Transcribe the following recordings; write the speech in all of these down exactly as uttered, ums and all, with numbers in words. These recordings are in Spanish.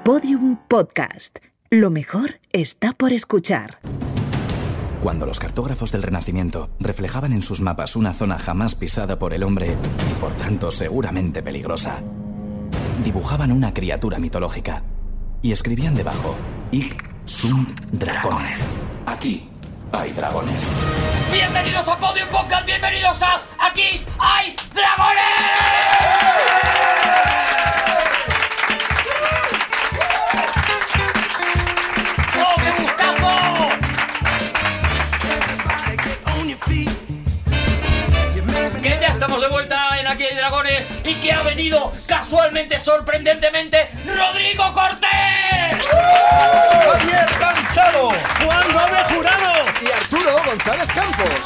Podium Podcast. Lo mejor está por escuchar. Cuando los cartógrafos del Renacimiento reflejaban en sus mapas una zona jamás pisada por el hombre y por tanto seguramente peligrosa, dibujaban una criatura mitológica y escribían debajo: Hic sunt dragones. Aquí hay dragones. Bienvenidos a Podium Podcast, bienvenidos a Aquí hay dragones. Que ya estamos de vuelta en Aquí hay Dragones y que ha venido casualmente, sorprendentemente, Rodrigo Cortés. Javier Cansado, Juan Gómez Jurado y Arturo González Campos.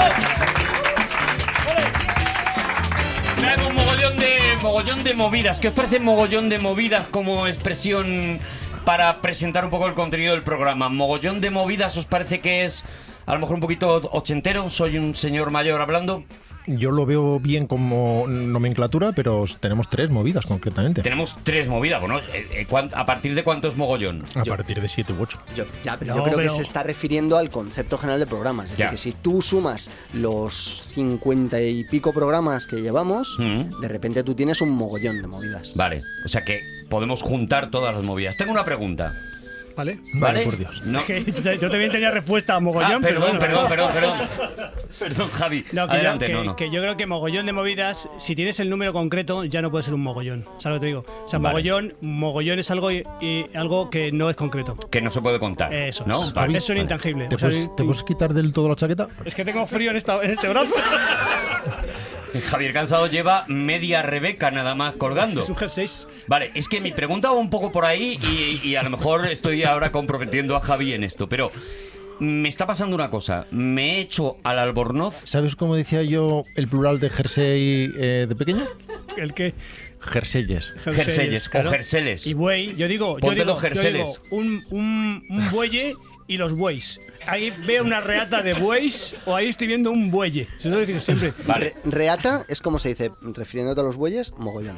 Traigo un mogollón de, mogollón de movidas. ¿Qué os parece mogollón de movidas como expresión para presentar un poco el contenido del programa? ¿Mogollón de movidas os parece que es a lo mejor un poquito ochentero? ¿Soy un señor mayor hablando? Yo lo veo bien como nomenclatura, pero tenemos tres movidas concretamente. Tenemos tres movidas, bueno, eh, eh, ¿a partir de cuánto es mogollón? A Yo- partir de siete u ocho. Yo, ya, pero No, yo creo pero- que se está refiriendo al concepto general de programas. Es Ya. decir, que si tú sumas los cincuenta y pico programas que llevamos, Mm. de repente tú tienes un mogollón de movidas. Vale, o sea que podemos juntar todas las movidas. Tengo una pregunta. ¿Vale? ¿Vale? Por Dios. No. Es que yo, te- yo también tenía respuesta a Ah, mogollón, perdón, pero bueno. perdón, perdón, perdón. Perdón, Javi. No, que, Adelante, yo, que, no, no. que yo creo que mogollón de movidas, si tienes el número concreto, ya no puede ser un mogollón. ¿Sabes lo que te digo? O sea, Vale. mogollón, mogollón es algo y, y algo que no es concreto. Que no se puede contar. Eso ¿no? es. Vale, Es un vale. intangible. ¿Te, O sea, puedes, un- ¿Te puedes quitar del todo la chaqueta? Es que tengo frío en, esta, en este brazo. Javier Cansado lleva media Rebeca nada más colgando. Es un jersey. Vale, es que mi pregunta va un poco por ahí y, y a lo mejor estoy ahora comprometiendo a Javi en esto, pero me está pasando una cosa. Me he hecho al albornoz. ¿Sabes cómo decía yo el plural de jersey eh, de pequeño? El que. Jerseyes. Jerseyes o jerseles. Y buey, yo digo, yo Ponte digo, los jerseles. yo digo un, un, un bueye y los bueyes. Ahí veo una reata de bueyes o ahí estoy viendo un bueye. Eso lo dices siempre. Vale. Re- reata es como se dice, refiriéndote a los bueyes, mogollón.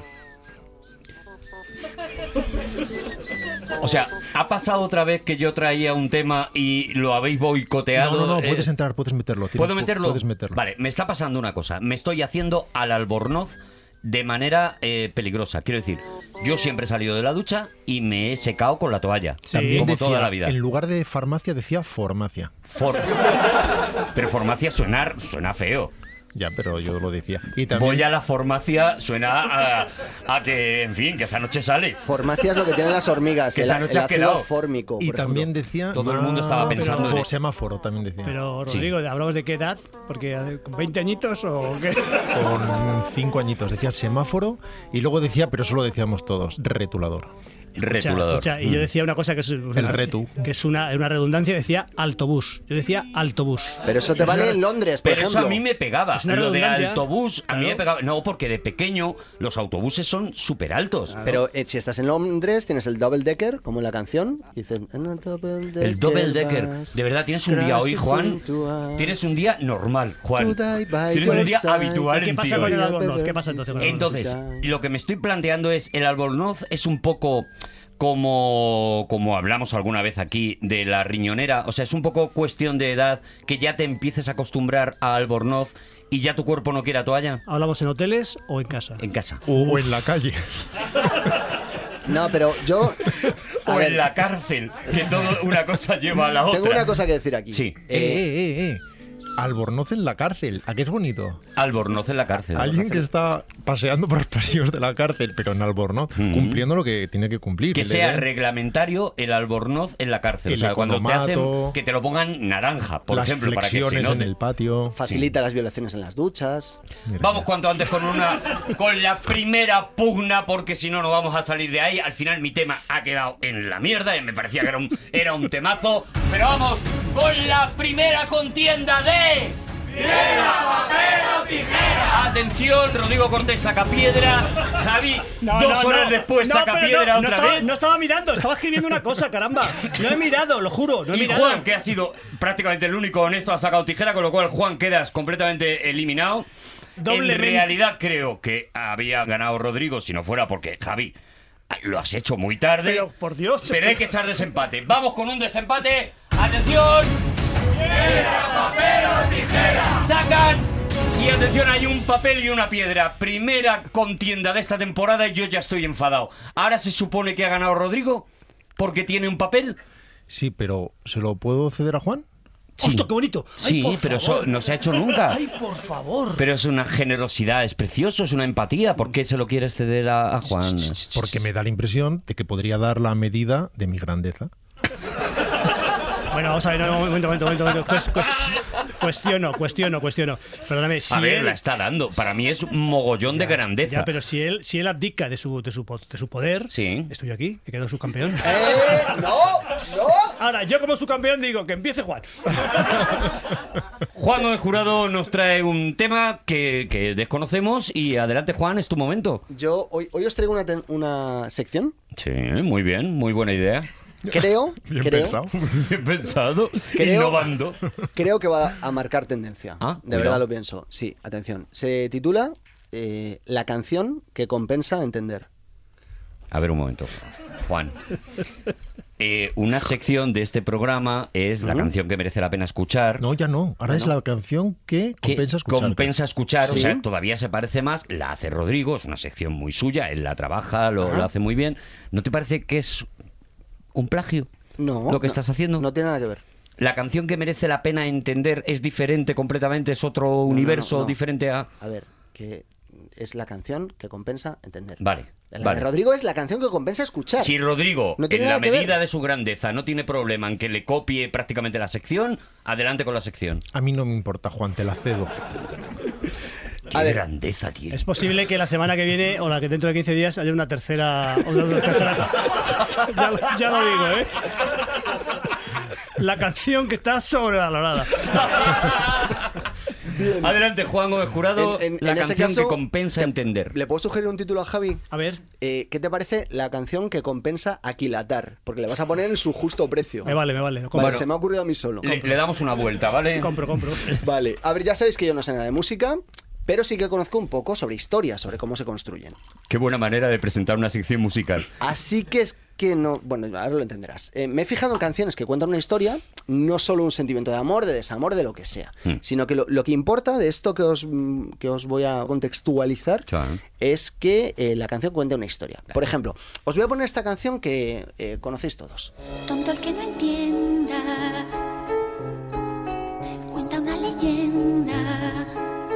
O sea, ¿ha pasado otra vez que yo traía un tema y lo habéis boicoteado? No, no, no, Eh, puedes entrar, puedes meterlo. tienes- ¿Puedo meterlo? Puedes meterlo. Vale, me está pasando una cosa. Me estoy haciendo al albornoz de manera eh, peligrosa. Quiero decir, yo siempre he salido de la ducha y me he secado con la toalla. También como decía, toda la vida. en lugar de farmacia decía formacia. For- Pero farmacia suena, suena feo. Ya, pero yo lo decía. Y también Voy a la farmacia suena a, a que, en fin, que esa noche sale. Formacia es lo que tienen las hormigas, Que el, esa noche el has quedado. ácido fórmico. y por también ejemplo. decía Todo el mundo estaba pensando fo- en- semáforo también decía. Pero Sí. Rodrigo, ¿hablamos de qué edad? Porque eh, ¿con veinte añitos o qué? Con cinco añitos decía semáforo y luego decía, pero eso lo decíamos todos, retulador. Retulador. Escucha, y yo decía una cosa que es una, El retu. que es una, una redundancia, decía autobús. Yo decía autobús. Pero eso te vale en Londres, por Pero eso ejemplo. a mí me pegaba. Es una Lo de redundancia. autobús, a mí Claro. me pegaba. No, porque de pequeño los autobuses son súper altos. Pero eh, si estás en Londres, tienes el double decker, como en la canción. Y dicen, "En el double decker El double decker. vas, De verdad, tienes un día hoy, crashes Juan. into us, Tienes un día normal, Juan. to die by Tienes un your día side". habitual ¿Qué en pasa ti con hoy. el albornoz? ¿Qué pasa entonces con el albornoz? Entonces, lo que me estoy planteando es, el albornoz es un poco como, como hablamos alguna vez aquí de la riñonera, o sea, es un poco cuestión de edad que ya te empieces a acostumbrar a albornoz y ya tu cuerpo no quiera toalla ¿Hablamos en hoteles o en casa? en casa. O, o en la calle. No, pero yo... a O ver, en la cárcel, que todo una cosa lleva a la otra. tengo una cosa que decir aquí. Sí. Eh, eh, eh, eh. Albornoz en la cárcel. ¿A qué es bonito? Albornoz en la cárcel. Alguien que está paseando por los pasillos de la cárcel, pero en Albornoz, Mm. cumpliendo lo que tiene que cumplir. Que le sea den reglamentario el albornoz en la cárcel. El o sea, cuando te hacen economato, que te lo pongan naranja, por las ejemplo, para que se flexiones note. en el patio. Facilita las violaciones en las duchas. Mira, Vamos mira. cuanto antes con una con la primera pugna, porque si no no vamos a salir de ahí. Al final mi tema ha quedado en la mierda y me parecía que era un, era un temazo. Pero vamos con la primera contienda de piedra, papel o tijera. Atención, Rodrigo Cortés saca piedra, Javi No, dos no, horas no. después No, saca pero piedra no, otra no estaba, vez. No estaba mirando, estaba escribiendo una cosa, caramba. No he mirado, lo juro, no he Y mirado. Juan, que ha sido prácticamente el único honesto, ha sacado tijera, con lo cual Juan quedas completamente eliminado. Doblemente. En realidad creo que había ganado Rodrigo, si no fuera porque Javi Lo has hecho muy tarde. Pero, por Dios. Pero hay que echar desempate. Vamos con un desempate. ¡Atención! ¡Piedra, papel o tijera! ¡Sacan! Y atención, hay un papel y una piedra. Primera contienda de esta temporada y yo ya estoy enfadado. Ahora se supone que ha ganado Rodrigo porque tiene un papel. Sí, pero ¿se lo puedo ceder a Juan? Sí. ¡Hostia, qué bonito! Ay, Sí, por pero favor. eso no se ha hecho nunca. ¡Ay, por favor! Pero es una generosidad, es precioso, es una empatía. ¿Por qué se lo quieres ceder a, a Juan? Porque me da la impresión de que podría dar la medida de mi grandeza. Bueno, vamos a ver, no, no, un momento, un momento, un momento. Cues- cues- cuestiono, cuestiono, cuestiono. Perdóname, si A ver, él... la está dando. Para mí es un mogollón de grandeza. Ya, pero si él, si él abdica de su, de su, po- de su poder, Sí. estoy yo aquí, que quedo subcampeón. ¡Eh! ¡No! ¡No! Ahora, yo como subcampeón digo que empiece Juan. Juan el Jurado nos trae un tema que, que desconocemos y adelante, Juan, es tu momento. Yo hoy, hoy os traigo una, ten- una sección. Sí, muy bien, muy buena idea. Creo, Bien creo, pensado. Bien pensado, Creo- innovando. creo que va a marcar tendencia. Ah, de cuidado. verdad lo pienso. Sí, atención. Se titula eh, La canción que compensa entender. A ver un momento, Juan. Eh, una sección de este programa es la canción que merece la pena escuchar. No, ya no. Ahora es la canción que que compensa escuchar. compensa escuchar, Sí. o sea, todavía se parece más, la hace Rodrigo, es una sección muy suya, él la trabaja, lo, lo hace muy bien. ¿No te parece que es un plagio No. lo que no, estás haciendo? No tiene nada que ver. La canción que merece la pena entender es diferente completamente, es otro universo no, no. diferente a... A ver, que es la canción que compensa entender. Vale, La vale. de Rodrigo es la canción que compensa escuchar. Si Rodrigo, No tiene en la nada que ver. medida de su grandeza, no tiene problema en que le copie prácticamente la sección, adelante con la sección. A mí no me importa, Juan, te la cedo. Qué A ver. grandeza tiene. Es posible que la semana que viene o la que dentro de quince días haya una tercera. Una, una tercera ya, lo- ya lo digo, ¿eh? La canción que está sobrevalorada. Adelante, Juan Gómez Jurado, En- en- la en ese canción caso, que compensa te- entender. ¿Le puedo sugerir un título a Javi? A ver, Eh, ¿Qué te parece la canción que compensa aquilatar? Porque le vas a poner en su justo precio. me vale, me vale. Lo Vale, compro, Bueno. se me ha ocurrido a mí solo. Le, le damos una vuelta, ¿vale? compro, compro. Vale, a ver, ya sabéis que yo no sé nada de música, pero sí que conozco un poco sobre historia, sobre cómo se construyen. Qué buena manera de presentar una sección musical. Así que es que no... Bueno, ahora lo entenderás. Eh, me he fijado en canciones que cuentan una historia, no solo un sentimiento de amor, de desamor, de lo que sea, Hmm. sino que lo, lo que importa de esto que os, mm, que os voy a contextualizar Claro. es que eh, la canción cuente una historia. Por ejemplo, os voy a poner esta canción que eh, conocéis todos. Tonto el que no entienda, cuenta una leyenda,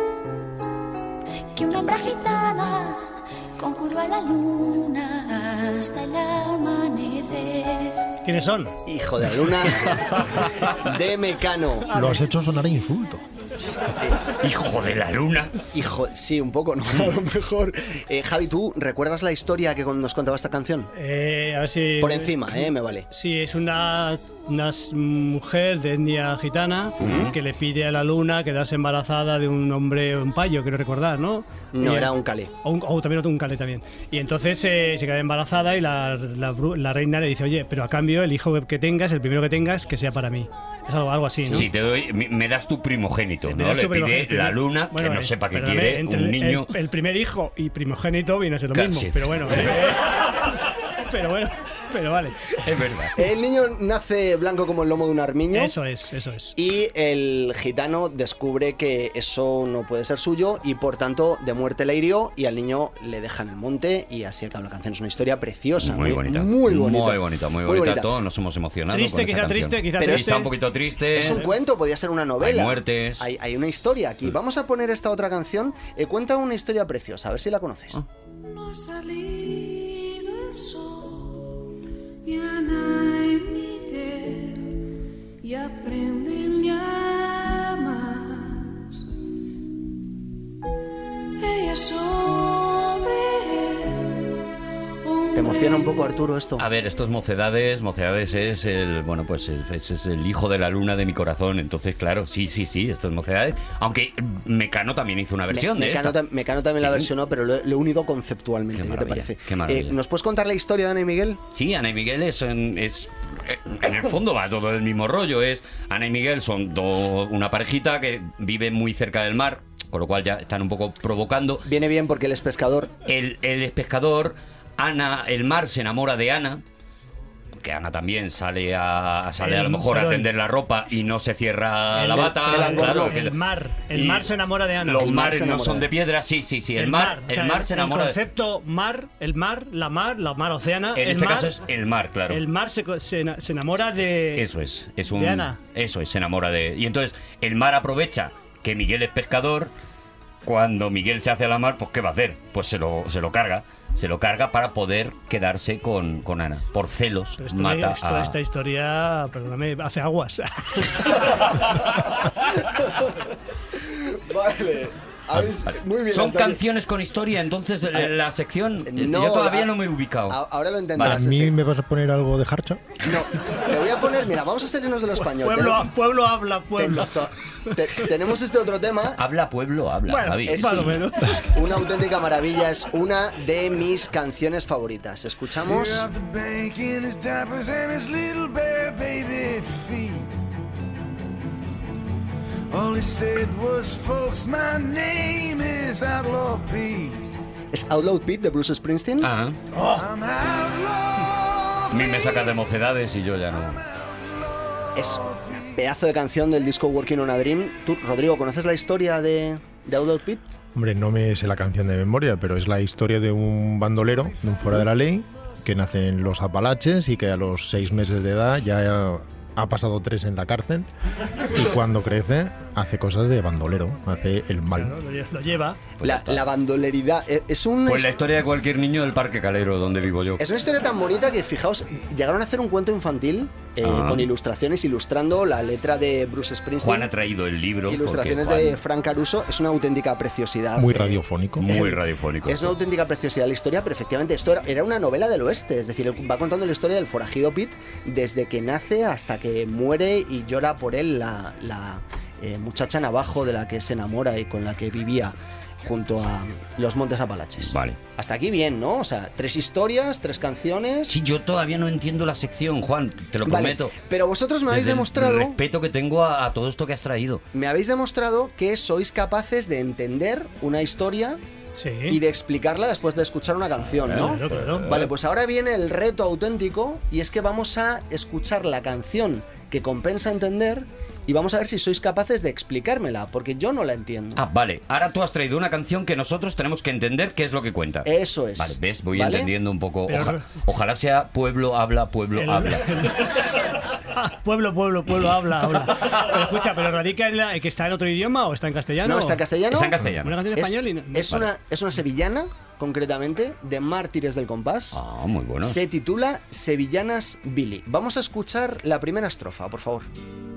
que una hembra gitana conjuró a la luna hasta el amanecer. ¿Quiénes son? Hijo de la luna de Mecano. Lo has hecho sonar a insulto. Hijo de la luna. Hijo, sí, un poco, ¿no? A lo mejor. Eh, Javi, ¿tú recuerdas la historia que con- nos contaba esta canción? Eh, a ver si. Por encima, ¿eh? Me vale. Sí, es una, una s- mujer de etnia gitana que le pide a la luna quedarse embarazada de un hombre, un payo, quiero recordar, ¿no? No, Y- era un calé. O, un- o también otro un calé también. Y entonces eh, se queda embarazada y la, la bru- la reina le dice, oye, pero a cambio el hijo que tengas, el primero que tengas, que sea para mí. Es algo, algo así, ¿no? Sí, te doy, me, me das tu primogénito, Me ¿no? das Le tu pide primogénito. la luna, Bueno, que no eh, sepa qué perdóname, quiere, entre un el- niño... El, el primer hijo y primogénito viene a ser lo Claro, mismo, sí. pero bueno. Sí. eh, pero bueno, pero vale. Es verdad. El niño nace blanco como el lomo de un armiño. Eso es, eso es. Y el gitano descubre que eso no puede ser suyo y por tanto de muerte le hirió y al niño le deja en el monte y así acaba la canción. Es una historia preciosa, Muy bonita. muy bonita. Muy bonita, muy bonita. Todos nos hemos emocionado Triste, con quizá esa canción. triste, quizá Pero triste. Está un poquito triste. Es un cuento, podía ser una novela. Hay muertes. Hay, hay una historia aquí. Vamos a poner esta otra canción. Eh, cuenta una historia preciosa, a ver si la conocéis. Ah. No ha salido el sol y Ana y Miguel y aprenden ya más. Ella sobre él. ¿Te emociona un poco, Arturo, esto? A ver, esto es Mocedades. Mocedades es el, bueno, pues es, es- es el hijo de la luna de mi corazón. Entonces, claro, sí, sí, sí, esto es Mocedades. Aunque Mecano también hizo una versión Me- de Mecano, esta. tam- Mecano también la Sí. versionó, pero lo, he- lo he unido conceptualmente. Qué ¿Qué, te maravilla, parece? qué maravilla. Eh, ¿Nos puedes contar la historia de Ana y Miguel? Sí, Ana y Miguel es, en- es en el fondo va todo el mismo rollo. Es Ana y Miguel son do- una parejita que vive muy cerca del mar, con lo cual ya están un poco provocando. Viene bien porque él es pescador. Él, él es pescador, Ana, el mar se enamora de Ana, que Ana también sale a sale El- a lo mejor perdón. a tender la ropa y no se cierra El- la bata. el- claro, que- El mar, el y mar se enamora de Ana. Los El mar mares se no enamora son de- de piedra, sí, sí, sí. El, mar, o sea, el mar se enamora El de. concepto mar, el mar, la mar, la mar oceana. En el este mar, caso es el mar, claro. El mar se, co- se, ena- se enamora de. Eso es, es un. de Ana. Eso es, se enamora de. Y entonces el mar aprovecha que Miguel es pescador. Cuando Miguel se hace a la mar, pues ¿qué va a hacer? Pues se lo, se lo carga. Se lo carga para poder quedarse con, con Ana. Por celos Pero esto, mata esto- a. Esta historia, perdóname, hace aguas. Vale. Habéis- Vale. Muy bien. Son hasta aquí. canciones con historia, entonces eh, ver, la sección. eh, no, yo todavía a- no me he ubicado. A- Ahora lo ¿A entenderás. mí ese. me vas a poner algo de Harcha? No, te voy a poner, mira, vamos a salirnos de lo español. pueblo, Tenemos- pueblo habla, pueblo. te- te- tenemos este otro tema. Habla pueblo, habla, Bueno, Javi. Es más o menos. una auténtica maravilla, es una de mis canciones favoritas. Escuchamos. Clear out the bank in his diapers and his little bare baby feet. All he said was, folks, my name is Outlaw Pete. Es Outlaw Pete de Bruce Springsteen. Ah, I'm Outlaw a mí me sacas de mocedades y yo ya no. Es pedazo de canción del disco Working on a Dream. Tú, Rodrigo, ¿conoces la historia de, de Outlaw Pete? Hombre, no me sé la canción de memoria, pero es la historia de un bandolero, de un fuera de la ley, que nace en los Apalaches y que a los seis meses de edad ya ha pasado tres en la cárcel y cuando crece hace cosas de bandolero, hace el mal. Claro, lo, lle- lo lleva. La, la bandoleridad. Eh, Es un. Pues la historia de cualquier niño del Parque Calero, donde vivo yo. Es una historia tan bonita que, fijaos, llegaron a hacer un cuento infantil eh, Ah. con ilustraciones ilustrando la letra de Bruce Springsteen. Juan ha traído el libro. Ilustraciones porque de Juan- Frank Caruso. Es una auténtica preciosidad. Muy Eh, radiofónico. Muy radiofónico. Es una auténtica preciosidad la historia, pero efectivamente esto era, era una novela del oeste. Es decir, va contando la historia del forajido Pete desde que nace hasta que muere y llora por él la, la eh, muchacha navajo de la que se enamora y con la que vivía junto a los Montes Apalaches. Vale. Hasta aquí bien, ¿no? O sea, tres historias, tres canciones. Sí, yo todavía no entiendo la sección, Juan, te lo Vale, prometo. pero vosotros me habéis Desde el demostrado, respeto que tengo a, a todo esto que has traído. me habéis demostrado que sois capaces de entender una historia Sí. y de explicarla después de escuchar una canción, ¿no? Claro, claro. Vale, pues ahora viene el reto auténtico y es que vamos a escuchar la canción que compensa entender y vamos a ver si sois capaces de explicármela, porque yo no la entiendo. Ah, vale. Ahora tú has traído una canción que nosotros tenemos que entender qué es lo que cuenta. Eso es. Vale, ves, voy ¿Vale? entendiendo un poco. Pero- Oja- ojalá sea pueblo habla, pueblo El- habla. Ah, pueblo, pueblo, pueblo, habla, habla. Pero escucha, ¿pero radica en la, que está en otro idioma o está en castellano? No, está en castellano. Está en castellano. Una canción en Es, español y no- es Vale. una, es una sevillana, concretamente, de Mártires del Compás. Ah, muy bueno. Se titula Sevillanas Billy. Vamos a escuchar la primera estrofa, por favor.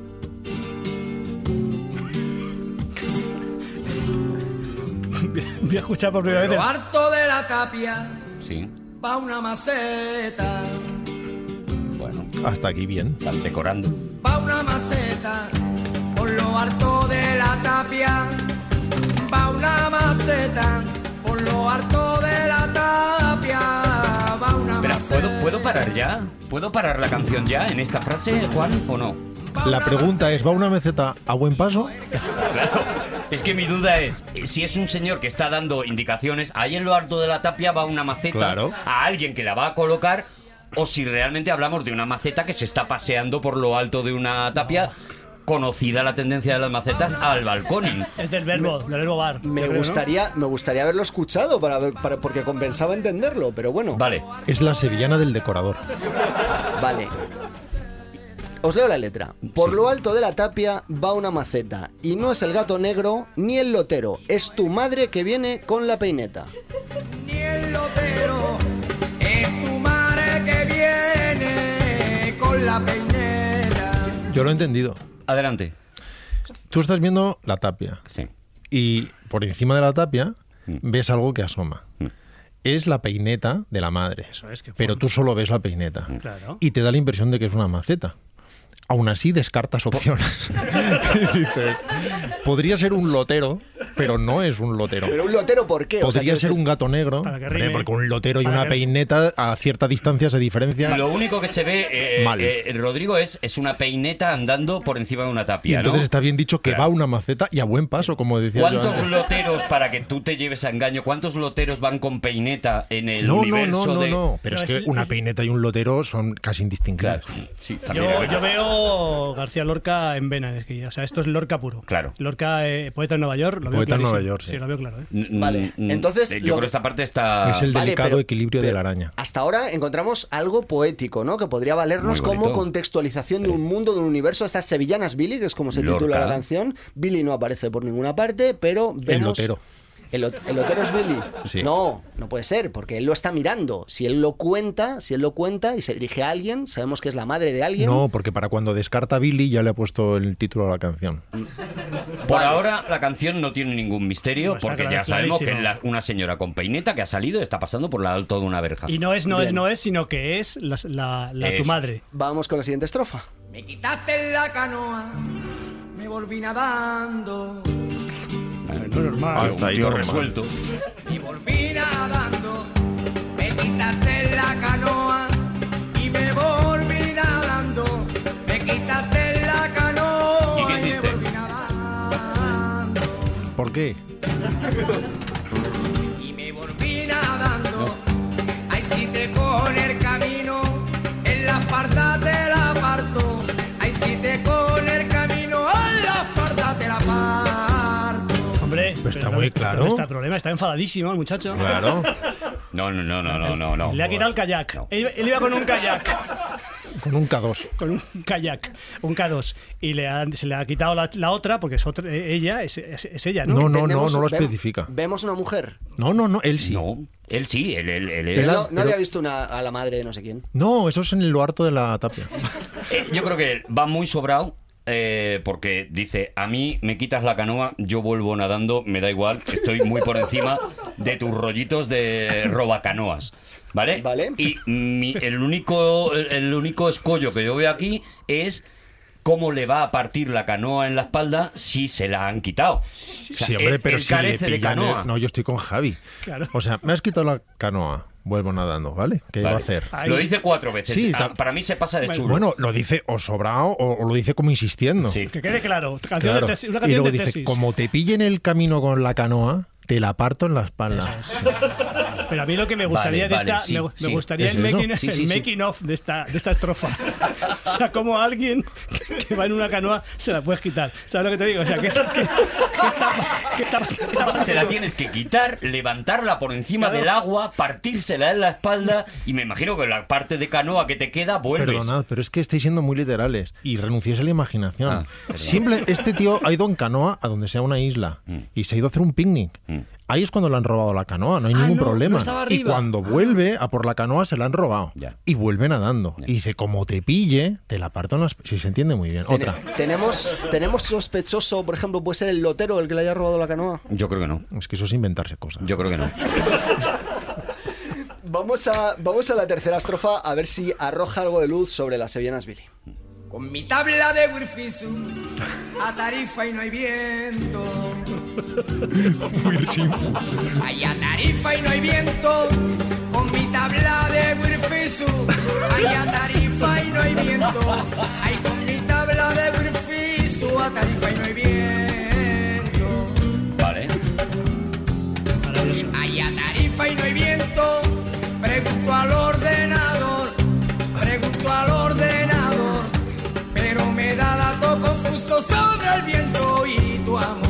Voy a escuchar por primera vez. Lo harto de la tapia Sí. pa' una maceta, Bueno, Hasta aquí bien. están decorando. pa' una maceta. Por lo harto de la tapia, pa' una maceta. Por lo harto de la tapia, pa' una Espera, maceta. ¿puedo, ¿puedo parar ya? ¿Puedo parar la canción ya en esta frase, Juan, o no? La pregunta es, ¿va una meseta a buen paso? Es que mi duda es, si es un señor que está dando indicaciones, ahí en lo alto de la tapia va una maceta Claro. a alguien que la va a colocar, o si realmente hablamos de una maceta que se está paseando por lo alto de una tapia, conocida la tendencia de las macetas al balconing. Es del verbo, del verbo bar. Me yo creo, ¿no? gustaría, me gustaría haberlo escuchado para, ver- para- porque compensaba entenderlo, pero bueno. Vale, Es la sevillana del decorador. Vale. Os leo la letra. Por lo alto de la tapia va una maceta. Y no es el gato negro ni el lotero. Es tu madre que viene con la peineta. Ni el lotero, es tu madre que viene con la peineta. Yo lo he entendido. adelante. Tú estás viendo la tapia Sí. y por encima de la tapia Mm. ves algo que asoma. Mm. Es la peineta de la madre. Eso es, que Pero fue- tú solo ves la peineta. Claro. Y te da la impresión de que es una maceta. aún así descartas opciones. Y dices, podría ser un lotero, pero no es un lotero. ¿Pero un lotero por qué? O sea, Podría que- ser un gato negro, Para que hombre, rime. porque un lotero y Para una que- peineta a cierta distancia se diferencia. Lo único que se ve, eh, Mal. eh, Rodrigo, es, es una peineta andando por encima de una Y tapia, entonces ¿no? está bien dicho que Claro. va a una maceta y a buen paso, como decía yo ¿Cuántos antes. loteros, para que tú te lleves a engaño, cuántos loteros van con peineta en el No, no, universo no, no, de...? no. Pero No, es que es- una es- peineta y un lotero son casi indistinguibles. Claro, sí, también es Yo, verdad. yo veo García Lorca en vena, es que, o sea, esto es Lorca puro. Claro. Lorca, eh, poeta en Nueva York, lo veo Poeta en clarísimo. Nueva York, sí. Sí, lo veo claro, ¿eh? Mm, Vale, mm, entonces, eh, lo Yo creo que- que esta parte está... Es el Vale, delicado pero- equilibrio de pero la araña. Hasta ahora encontramos algo poético, ¿no? Que podría valernos Muy bonito. como contextualización de un mundo, de un universo. Estas sevillanas Billy, que es como se Lorca. titula la canción. Billy no aparece por ninguna parte, pero vemos... El lotero. ¿El, lo- el lotero es Billy? Sí. No, no puede ser, porque él lo está mirando. Si él lo cuenta, si él lo cuenta y se dirige a alguien, sabemos que es la madre de alguien. No, porque para cuando descarta a Billy ya le ha puesto el título a la canción. Por Vale. ahora la canción no tiene ningún misterio, No, está porque claro, ya sabemos que es clarísimo. la- una señora con peineta que ha salido y está pasando por la alto de una verja. Y no es, no Bien. es, no es, sino que es la, la- la- tu Eso. madre. Vamos con la siguiente estrofa. Me quitaste la canoa, me volví nadando. No es normal. Ah, Hasta un ahí tío normal. resuelto. Y volví nadando, me quitaste la canoa y me volví nadando, me quitaste la canoa ¿Y qué y, me hiciste? volví nadando, ¿Por qué? y me volví nadando, ahí sí te cojo en el camino, en la parda te la parto, ahí sí te cojo en el camino, en la parda te la parto. Hombre, Pero está pero muy no- pero claro. no está el problema, está enfadadísimo el muchacho. Claro. No, no, no, no, no, no, no. Le ha quitado el kayak. No. Él, él iba con un kayak. Con un K dos. Con un kayak, un K dos. Y le ha- se le ha quitado la, la otra, porque es otra, eh, ella, es, es- es ella, ¿no? No, no, no, Tenemos- no lo vem- especifica. Vemos una mujer. No, no, no, él sí. No, él sí, él, él, él Pero es... no, Era- no pero- había visto una, a la madre de no sé quién. No, eso es en lo harto de la tapia. Eh, yo creo que va muy sobrado. eh, porque dice, a mí me quitas la canoa, yo vuelvo nadando, me da igual, estoy muy por encima de tus rollitos de robacanoas, ¿vale? Vale. Y mi- el único el, el único escollo que yo veo aquí es cómo le va a partir la canoa en la espalda si se la han quitado. O sea, Sí, hombre, él- pero él si le carece de pillan el- canoa. No, yo estoy con Javi. Claro. O sea, me has quitado la canoa, vuelvo nadando, ¿vale? ¿Qué Vale. iba a hacer? Ahí. Lo dice cuatro veces. Sí, Ah, ta- para mí se pasa de chulo. Bueno, lo dice o sobrado o, o lo dice como insistiendo. Sí. Que quede claro. Canción Claro. de tesis, una Y canción luego de dice, tesis. como te pillen el camino con la canoa, te la parto en la espalda. Pero a mí lo que me gustaría Vale, de esta, vale, sí, me, me sí. gustaría ¿Es el, eso? making, Sí, el sí, sí. making of de esta, de esta estrofa. O sea, como alguien que, que va en una canoa se la puedes quitar. ¿Sabes lo que te digo? O sea, que, es- que- que está, que está- que está pasando? Se la tienes que quitar, levantarla por encima Claro. del agua, partírsela en la espalda y me imagino que la parte de canoa que te queda vuelves. Perdonad, pero es que estáis siendo muy literales y renunciéis a la imaginación. Ah, perdón. Simple, este tío ha ido en canoa a donde sea una isla Mm. y se ha ido a hacer un picnic. Mm. Ahí es cuando le han robado la canoa, no hay Ah, ningún no, problema. no estaba y arriba. cuando vuelve a por la canoa se la han robado Ya. y vuelve nadando. Ya. Y dice, como te pille, te la parto en las... Si se entiende muy bien. Tene- Otra. Tenemos, tenemos sospechoso, por ejemplo, puede ser el lotero el que le haya robado la canoa. Yo creo que no. Es que eso es inventarse cosas. Yo creo que no. Vamos a, vamos a la tercera estrofa a ver si arroja algo de luz sobre las sevillanas Billy. Con mi tabla de Wirfisu a Tarifa y no hay viento. Ay, a Tarifa y no hay viento. Con mi tabla de Wirfisu. Ay, a Tarifa y no hay viento. Ay, con mi tabla de Wirfisu a Tarifa y no hay viento. Vale. Ay, a Tarifa y no hay viento. Pregunto al ordenador. Pregunto al ordenador. Pero me da datos confusos sobre el viento y tu amor.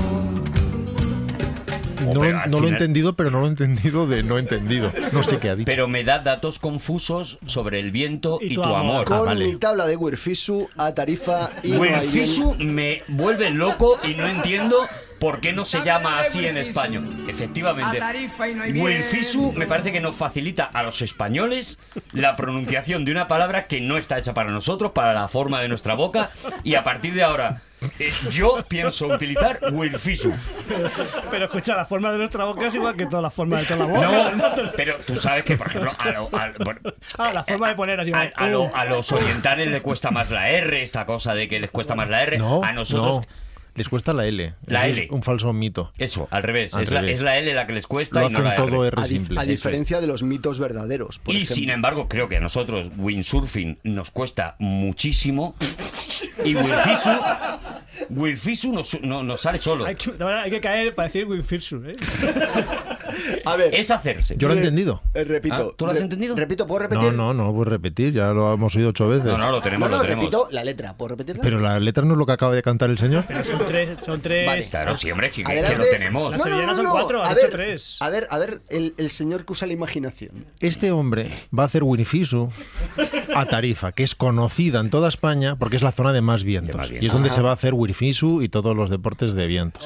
No, pero lo- al no lo he final- entendido, pero no lo he entendido de no entendido. No sé qué ha dicho. Pero me da datos confusos sobre el viento y, Y tu, tu amor. amor. Con Ah, vale. mi tabla de Wirfisu a Tarifa y no hay Wirfisu bien- me vuelve loco y no entiendo por qué no se llama así en español. Efectivamente. A Tarifa y no hay Wirfisu viento. me parece que nos facilita a los españoles la pronunciación de una palabra que no está hecha para nosotros, para la forma de nuestra boca, y a partir de ahora Eh, yo pienso utilizar Wilfisu. Pero escucha, la forma de nuestra boca es igual que todas las formas de toda la boca. No, pero tú sabes que, por ejemplo, a, lo, a, bueno, ah, la forma de poner así. a, a, lo, a los orientales les cuesta más la R, esta cosa de que les cuesta más la R. No, a nosotros... no. Les cuesta la L. La es L. Un falso mito. Eso, al revés. Al es, revés. La, es la L la que les cuesta Lo y no hacen la todo R. R A, dif- simple. a Eso diferencia es. de los mitos verdaderos. Por Y ejemplo. sin embargo, creo que a nosotros windsurfing nos cuesta muchísimo y Wilfisu, Wilfisu nos, no, nos sale solo. Hay que, hay que caer para decir Wilfirsu, ¿eh? A ver, Es hacerse. Yo lo he entendido. eh, repito. Ah, ¿tú lo has re- entendido? Repito, ¿puedo No, repetir? no, no puedo repetir. Ya lo hemos oído ocho veces. No, no, lo tenemos, No, no, lo tenemos. repito la letra. ¿Puedo repetirla? Pero la letra no es lo que acaba de cantar el señor. Pero son tres. Son tres. Vale. Claro, sí, hombre, que, que Adelante. lo tenemos. Las sevillanas son cuatro, a han ver, hecho tres. A ver, a ver, el, el señor que usa la imaginación. Este hombre va a hacer Winfisu a Tarifa, que es conocida en toda España porque es la zona de más vientos. De más vientos. Y es donde Ajá. se va a hacer Winfisu y todos los deportes de viento.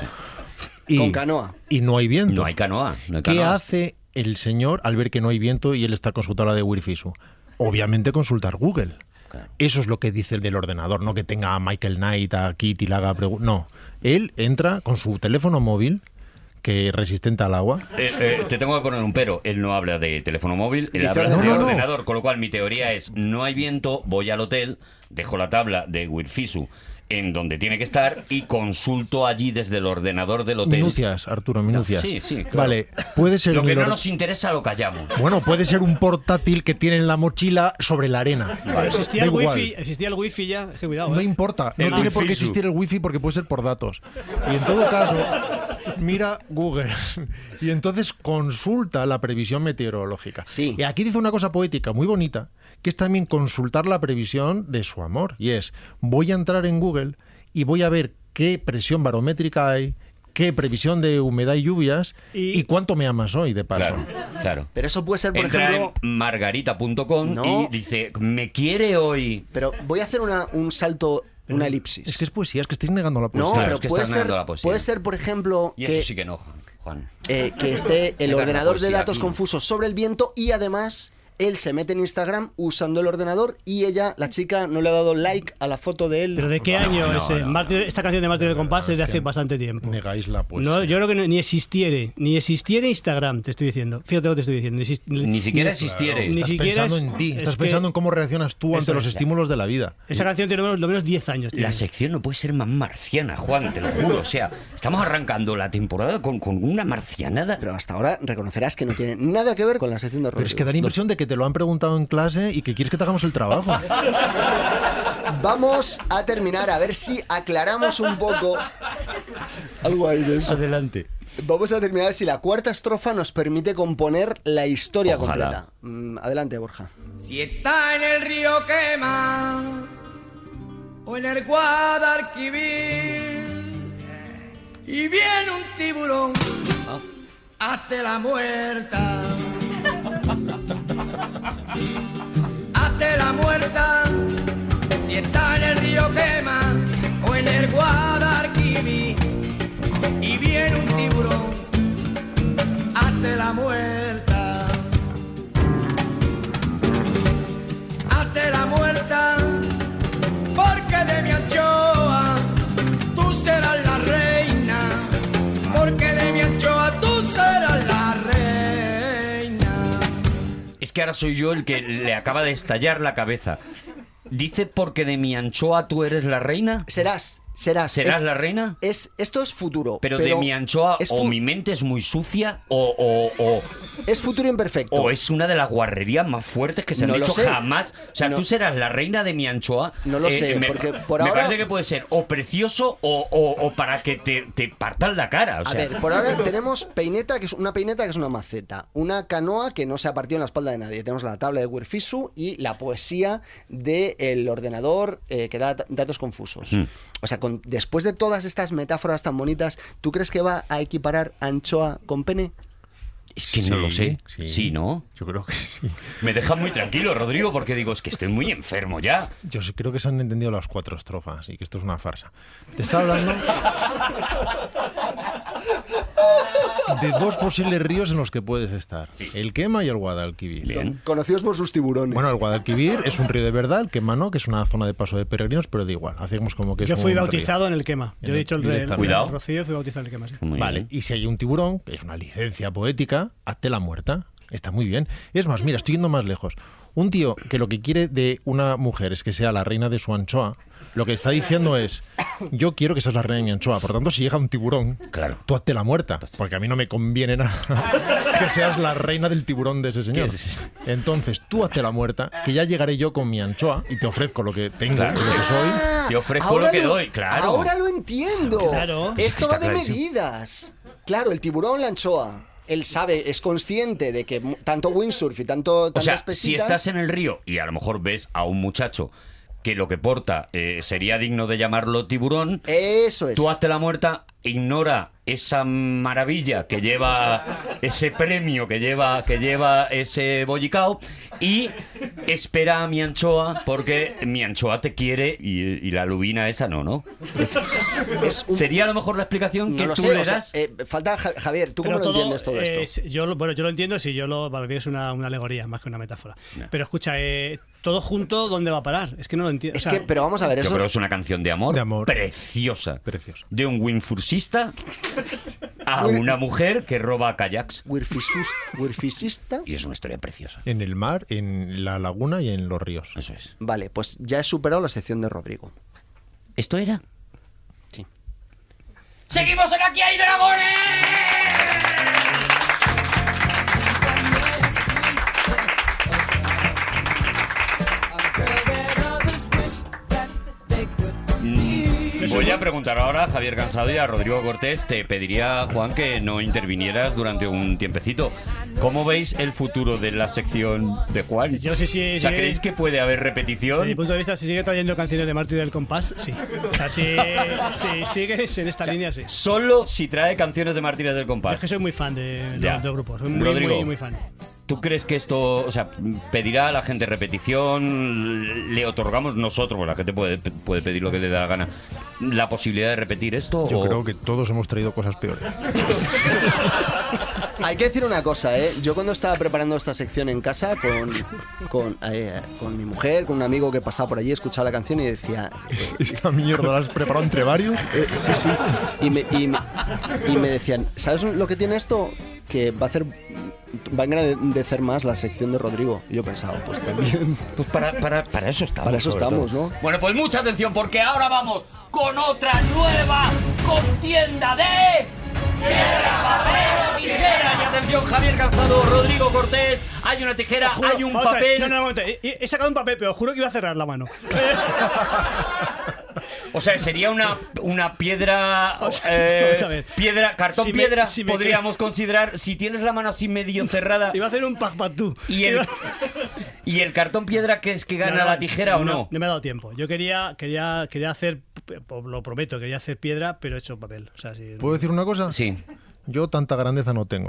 Y, Con canoa. Y no hay viento. No hay canoa. No hay ¿Qué canoas. hace el señor al ver que no hay viento y él está con su tabla de Winfisu? Obviamente consultar Google. Claro. Eso es lo que dice el del ordenador, no que tenga a Michael Knight, a Kit y le haga preguntas. No, él entra con su teléfono móvil, que es resistente al agua. Eh, eh, te tengo que poner un pero. Él no habla de teléfono móvil, él Dice habla de ordenador. ordenador, con lo cual mi teoría es: no hay viento, voy al hotel, dejo la tabla de Wilfisu en donde tiene que estar y consulto allí desde el ordenador del hotel. Minucias, Arturo, minucias. Sí, sí, claro. Vale, puede ser Lo en que el no or- nos interesa lo callamos. Bueno, puede ser un portátil que tiene en la mochila sobre la arena. Pero existía Da el igual. wifi, existía el wifi ya. Es que cuidado, No ¿eh? importa, no El tiene por qué Wifisu. existir el wifi porque puede ser por datos. Y en todo caso, mira Google y entonces consulta la previsión meteorológica. Sí. Y aquí dice una cosa poética muy bonita, que es también consultar la previsión de su amor. Y es, voy a entrar en Google y voy a ver qué presión barométrica hay, qué previsión de humedad y lluvias Y- y, cuánto me amas hoy, de paso. Claro, claro. Pero eso puede ser, por Entra ejemplo... en margarita punto com No. y dice: ¿me quiere hoy? Pero voy a hacer una, un salto, una elipsis. Es que es poesía, es que estáis negando la No, poesía. Claro, pero es que puede, estás ser, negando la poesía. puede ser, por ejemplo, Y que, eso sí que enoja, Juan. eh, que esté el Venga, la ordenador de poesía datos aquí. confusos sobre el viento y además él se mete en Instagram usando el ordenador y ella, la chica, no le ha dado like a la foto de él. ¿Pero de qué No, año no, ese? no. Mártir- esta canción de Mártir de Compás es de hace bastante tiempo. Negáis la poesía. No, yo creo que no- ni existiere, ni existiere Instagram, te estoy diciendo. Fíjate lo que te estoy diciendo. Ni, exist- Ni siquiera ni- existiere. Ni Estás siquiera pensando es- en ti, es estás que pensando en cómo reaccionas tú ante Eso los es. estímulos de la vida. Esa canción tiene lo menos, lo menos diez años. tiene. La sección no puede ser más marciana, Juan, te lo juro. O sea, estamos arrancando la temporada con, con una marcianada. Pero hasta ahora reconocerás que no tiene nada que ver con la sección de Pero es Rodrigo. que da la impresión de que te lo han preguntado en clase y que quieres que te hagamos el trabajo. Vamos a terminar, a ver si aclaramos un poco algo ahí de eso. Adelante. Vamos a terminar si la cuarta estrofa nos permite componer la historia Ojalá. completa. Mm, adelante, Borja. Si está en el río Quema o en el Guadalquivir y viene un tiburón, hazte la muerta. Hazte la muerta. Si está en el río Quema o en el Guadalquivir y viene un tiburón, hazte la muerta. Hazte la muerta, porque de mi anchoa tú serás la reina, porque de mi anchoa tú serás la reina. Es que ahora soy yo el que le acaba de estallar la cabeza. Dice: porque de mi anchoa tú eres la reina. Serás, serás. ¿Serás Es- la reina? Es, esto es futuro. Pero, de mi anchoa, es o fu- mi mente es muy sucia, o, o, o, es futuro imperfecto. o es una de las guarrerías más fuertes que se han No lo hecho sé. jamás. O sea, No. tú serás la reina de mi anchoa. No lo sé, me, porque por me ahora- parece que puede ser o precioso o, o, o para que te, te partan la cara. O A sea, ver, por ahora tenemos peineta, que es una peineta que es una maceta, una canoa que no se ha partido en la espalda de nadie. Tenemos la tabla de Wirfisu y la poesía del ordenador eh, que da d- datos confusos. Mm. O sea, con- después de todas estas metáforas tan bonitas, ¿tú crees que va a equiparar anchoa con pene? es que no lo sé. sí. Sí, ¿no? Yo creo que sí. Me deja muy tranquilo, Rodrigo, porque digo, es que estoy muy enfermo ya. Yo sí creo que se han entendido las cuatro estrofas y que esto es una farsa. Te está hablando. de dos posibles ríos en los que puedes estar. Sí. El Quema y el Guadalquivir. Bien. Conocidos por sus tiburones. Bueno, el Guadalquivir es un río de verdad, el Quema no, que es una zona de paso de peregrinos, pero da igual. Hacemos como que Yo es fui un bautizado río. en el Quema. Yo he dicho el, el, el, Cuidado. el Rocío, fui bautizado en el Quema. Sí. Muy Vale, bien. y si hay un tiburón, que es una licencia poética, hazte la muerta. Está muy bien. Es más, mira, estoy yendo más lejos. Un tío que lo que quiere de una mujer es que sea la reina de su anchoa, lo que está diciendo es, yo quiero que seas la reina de mi anchoa. Por tanto, si llega un tiburón, Claro. tú hazte la muerta, porque a mí no me conviene nada que seas la reina del tiburón de ese señor. Entonces, tú hazte la muerta, que ya llegaré yo con mi anchoa y te ofrezco lo que tengo, Claro. lo que soy. Te ofrezco Ahora lo que doy, claro. Ahora lo entiendo. Claro. Es que Esto está va de clarísimo. medidas. Claro, el tiburón, la anchoa. Él sabe, es consciente de que mu- tanto windsurf y tanto O tantas sea, pesitas... si estás en el río y a lo mejor ves a un muchacho que lo que porta eh, sería digno de llamarlo tiburón, Eso es. tú hazte la muerta, ignora esa maravilla que lleva ese premio que lleva que lleva ese bollicao y espera a mi anchoa porque mi anchoa te quiere y, y la lubina esa no, ¿no? Es- Es un- ¿Sería a lo mejor la explicación No que lo tú sé, le o sea, das? eh, falta Ja- Javier, ¿tú Pero cómo lo entiendes todo esto? eh, si- yo, lo- bueno, yo lo entiendo si yo lo para mí es una, una alegoría más que una metáfora. Ya. Pero escucha, eh, todo junto, ¿dónde va a parar? Es que no lo entiendo. Es O sea, que, pero vamos a ver, Yo eso... creo que es una canción de amor, De amor. preciosa. Preciosa. De un windsurfista a una mujer que roba kayaks. Wirfisus- Wirfisista... Y es una historia preciosa. En el mar, en la laguna y en los ríos. Eso es. Vale, pues ya he superado la sección de Rodrigo. ¿Esto era? Sí. ¡Seguimos en Aquí hay dragones! Mm, Voy a preguntar ahora a Javier Cansado y a Rodrigo Cortés. Te pediría, Juan, que no intervinieras durante un tiempecito. ¿Cómo veis el futuro de la sección de Juan? Yo sí, sí, O sea, sí. ¿creéis que puede haber Desde mi repetición? punto de vista, si sigue trayendo canciones de Martín del Compás, sí. O sea, si, si sigues en esta línea, sí. Solo si trae canciones de Martínez del Yo Compás. es que soy muy fan de, de Ya. los dos grupos. Soy muy, Rodrigo. muy, muy fan. ¿Tú crees que esto, o sea, pedirá a la gente repetición? ¿Le otorgamos nosotros, bueno, la gente puede, puede pedir lo que le da la gana, la posibilidad de repetir esto? Yo o- creo que todos hemos traído cosas peores. Hay que decir una cosa, ¿eh? Yo cuando estaba preparando esta sección en casa con, con, eh, con mi mujer, con un amigo que pasaba por allí, escuchaba la canción y decía... eh, Esta mierda la has preparado entre varios. eh, sí, sí. Y me, y, me, y me decían, ¿sabes lo que tiene esto? Que va a hacer... Va a engrandecer más la sección de Rodrigo. Y yo pensaba, pues también... Pues para, para, para eso estamos. Para eso sobre estamos, todo. ¿no? Bueno, pues mucha atención porque ahora vamos con otra nueva contienda de... ¡Piedra, papel o tijera! Y atención, Javier Cansado, Rodrigo Cortés, hay una tijera, Juro- hay un vamos a ver, papel... No, no, un momento. He, he sacado un papel, pero juro que iba a cerrar la mano. O sea, sería una, una piedra, O sea, eh, vamos a ver. piedra, cartón Si me- piedra, si me podríamos considerar, si tienes la mano así medio cerrada Iba a hacer un pagpatú. y el, y el cartón piedra que es que gana la tijera o no. No me ha dado tiempo. Yo quería, quería, quería hacer, lo prometo, quería hacer piedra, pero he hecho papel. O sea, si, ¿Puedo decir una cosa? Sí. Yo tanta grandeza no tengo.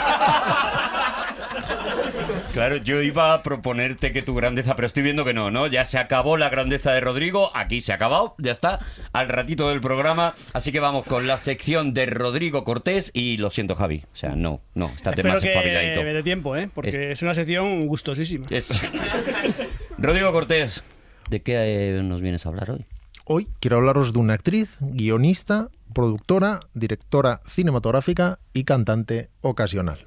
Claro, yo iba a proponerte que tu grandeza, pero estoy viendo que no, ¿no? Ya se acabó la grandeza de Rodrigo, aquí se ha acabado, ya está, al ratito del programa, así que vamos con la sección de Rodrigo Cortés y lo siento, Javi, o sea, no, no, estate espero más que espabiladito. me dé tiempo, ¿eh? Porque Es- es, una sección gustosísima. Es- Rodrigo Cortés, ¿de qué eh, nos vienes a hablar hoy? Hoy quiero hablaros de una actriz, guionista, productora, directora cinematográfica y cantante ocasional.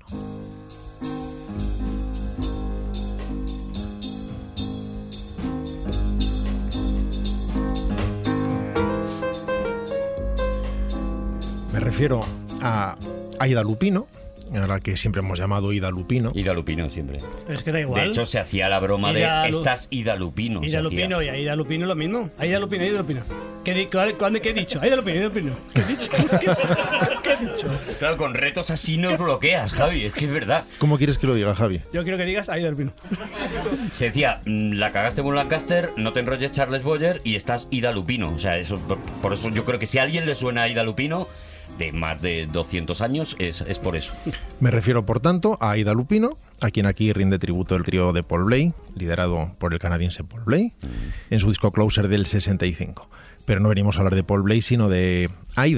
Me refiero a Aida Lupino, a la que siempre hemos llamado Ida Lupino. Ida Lupino siempre. Es que da igual. De hecho, se hacía la broma Ida de Lu- estas Ida Lupino. se Aida hacía. Lupino y Aida Lupino lo mismo. Aida Lupino, Aida Lupino. ¿Qué, di- cuál- cuándo- ¿Qué he dicho? Aida Lupino, Aida Lupino. ¿Qué he dicho? ¿Qué, qué he dicho? Claro, con retos así nos bloqueas, Javi, es que es verdad. ¿Cómo quieres que lo diga, Javi? Yo quiero que digas Aida Lupino. Se decía, mm, la cagaste con Lancaster, no te enrolles Charles Boyer y estás Ida Lupino. O sea, eso, por, por eso yo creo que si a alguien le suena a Ida Lupino, de más de doscientos años, es, es por eso. Me refiero, por tanto, a Aida Lupino, a quien aquí rinde tributo el trío de Paul Bley, liderado por el canadiense Paul Bley, en su disco Closer del sesenta y cinco. Pero no venimos a hablar de Paul Bley, sino de Aida,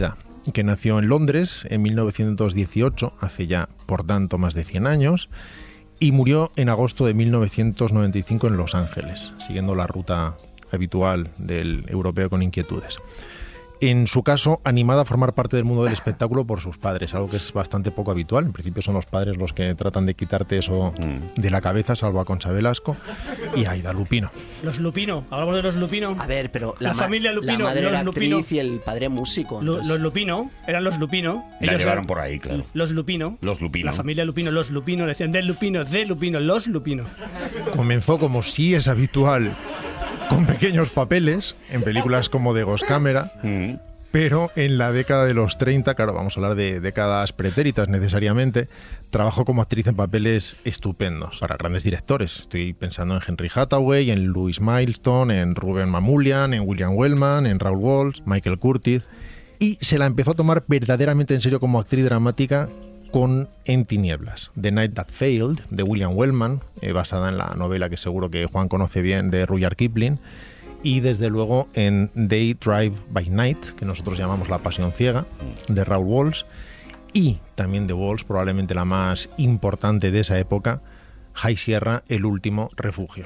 que nació en Londres en mil novecientos dieciocho, hace ya, por tanto, más de cien años, y murió en agosto de mil novecientos noventa y cinco en Los Ángeles, siguiendo la ruta habitual del europeo con inquietudes. En su caso, animada a formar parte del mundo del espectáculo por sus padres, algo que es bastante poco habitual. En principio son los padres los que tratan de quitarte eso de la cabeza, salvo a Concha Velasco y a Aida Lupino. Los Lupino, hablamos de los Lupino. A ver, pero la, la familia Lupino, la madre los era Lupino, actriz y el padre músico. Lo, los Lupino, eran los Lupino. La llevaron por ahí, claro. Los Lupino. Los Lupino. La familia Lupino, los Lupino, decían de Lupino, de Lupino, los Lupino. Comenzó, como sí es habitual, con pequeños papeles en películas como de Ghost Camera. Mm. Pero en la década de los treinta, claro, vamos a hablar de décadas pretéritas necesariamente, trabajó como actriz en papeles estupendos para grandes directores. Estoy pensando en Henry Hathaway, en Louis Milestone, en Ruben Mamoulian, en William Wellman, en Raoul Walsh, Michael Curtiz. Y se la empezó a tomar verdaderamente en serio como actriz dramática con En tinieblas, The Night That Failed, de William Wellman, eh, basada en la novela que seguro que Juan conoce bien de Rudyard Kipling. Y desde luego en Day Drive by Night, que nosotros llamamos La Pasión Ciega, de Raoul Walsh, y también de Walsh, probablemente la más importante de esa época, High Sierra, El último refugio.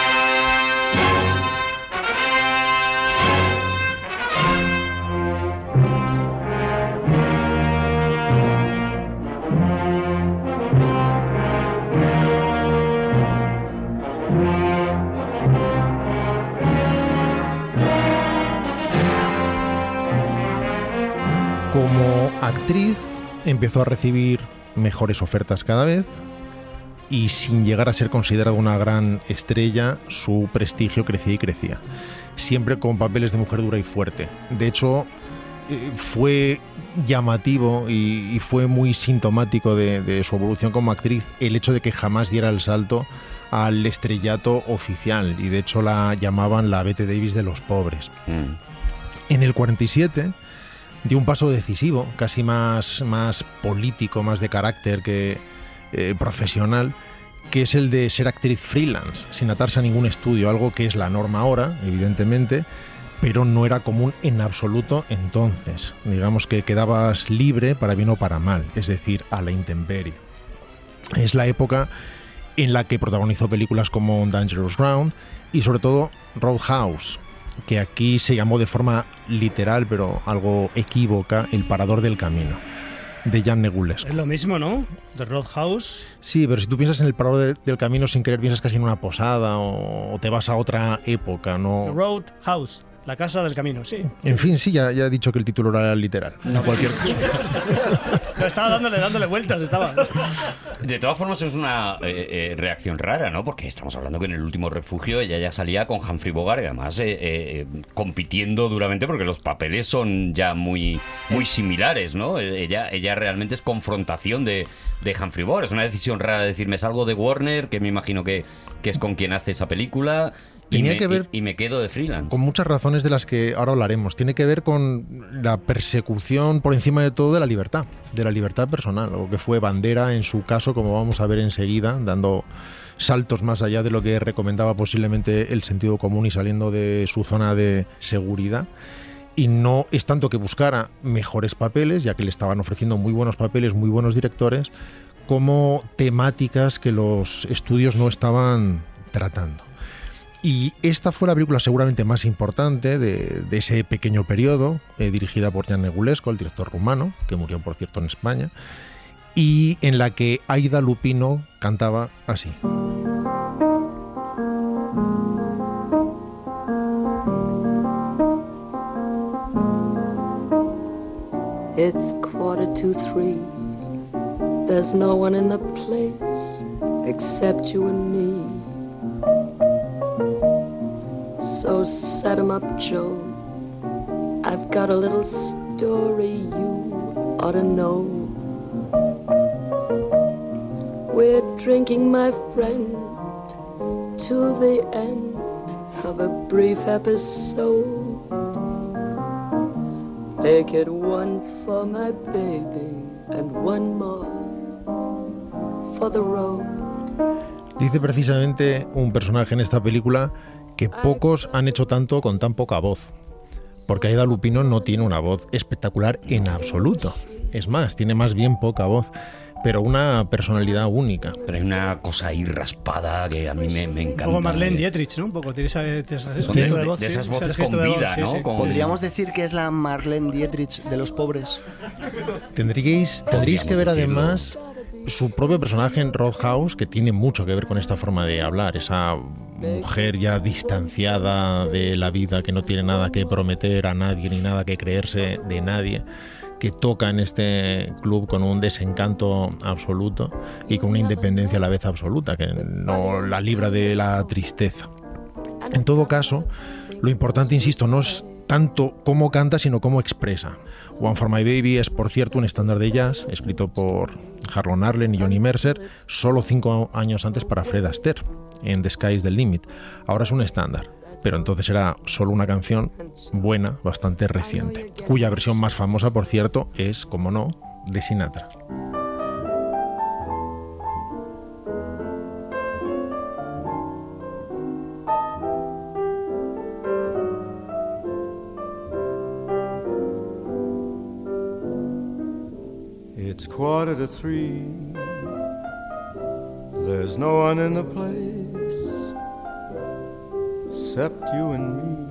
Como actriz empezó a recibir mejores ofertas cada vez y sin llegar a ser considerada una gran estrella, su prestigio crecía y crecía. Siempre con papeles de mujer dura y fuerte. De hecho, eh, fue llamativo y, y fue muy sintomático de, de su evolución como actriz el hecho de que jamás diera el salto al estrellato oficial, y de hecho la llamaban la Bette Davis de los pobres. Mm. En el cuarenta y siete... dio un paso decisivo, casi más, más político, más de carácter que eh, profesional, que es el de ser actriz freelance, sin atarse a ningún estudio, algo que es la norma ahora, evidentemente, pero no era común en absoluto entonces. Digamos que quedabas libre para bien o para mal, es decir, a la intemperie. Es la época en la que protagonizó películas como Dangerous Ground y sobre todo Roadhouse, que aquí se llamó de forma literal, pero algo equívoca, El parador del camino, de Jan Negulesco. Es lo mismo, ¿no? The Roadhouse. Sí, pero si tú piensas en El parador de, del camino sin querer, piensas casi en una posada o, o te vas a otra época, ¿no? The Roadhouse, la casa del camino, sí. En fin, sí, ya, ya he dicho que el título era literal, en cualquier caso. Pero estaba dándole, dándole vueltas, estaba. De todas formas es una eh, eh, reacción rara, ¿no? Porque estamos hablando que en El último refugio ella ya salía con Humphrey Bogart, y además eh, eh, compitiendo duramente, porque los papeles son ya muy, muy similares, ¿no? Ella, ella realmente es confrontación de, de Humphrey Bogart. Es una decisión rara decirme salgo de Warner, que me imagino que, que es con quien hace esa película. Tenía y me, que ver y, y me quedo de freelance. Con muchas razones de las que ahora hablaremos. Tiene que ver con la persecución por encima de todo de la libertad, de la libertad personal, algo que fue bandera en su caso, como vamos a ver enseguida, dando saltos más allá de lo que recomendaba posiblemente el sentido común y saliendo de su zona de seguridad. Y no es tanto que buscara mejores papeles, ya que le estaban ofreciendo muy buenos papeles, muy buenos directores, como temáticas que los estudios no estaban tratando. Y esta fue la película seguramente más importante de, de ese pequeño periodo, eh, dirigida por Jan Negulesco, el director rumano, que murió por cierto en España, y en la que Aida Lupino cantaba así. It's quarter to three. There's no one in the place except you and me. So set 'em up, Joe. I've got a little story you ought to know. We're drinking, my friend, to the end of a brief episode. Make it one for my baby and one more for the road. Dice precisamente un personaje en esta película que pocos han hecho tanto con tan poca voz. porque Aida Lupino no tiene una voz espectacular en absoluto. Es más, tiene más bien poca voz, pero una personalidad única. Pero es una cosa ahí raspada que a mí me, me encanta. Un poco Marlene Dietrich, ¿no? Un poco, tiene esa, esa, esa Son gesto de, de voz. de esas sí, voces ese con gesto de voz, vida, sí, ¿no? sí. Con- Podríamos decir que es la Marlene Dietrich de los pobres. Tendríais, tendríais que ver decirlo. además su propio personaje en Roadhouse, que tiene mucho que ver con esta forma de hablar, esa mujer ya distanciada de la vida, que no tiene nada que prometer a nadie ni nada que creerse de nadie, que toca en este club con un desencanto absoluto y con una independencia a la vez absoluta, que no la libra de la tristeza. En todo caso, lo importante, insisto, no es tanto cómo canta, sino cómo expresa. One for My Baby es, por cierto, un estándar de jazz escrito por Harlan Arlen y Johnny Mercer solo cinco años antes para Fred Astaire, en The Sky is the Limit. Ahora es un estándar, pero entonces era solo una canción buena, bastante reciente, cuya versión más famosa, por cierto, es, como no, de Sinatra. It's quarter to three. There's no one in the place except you and me.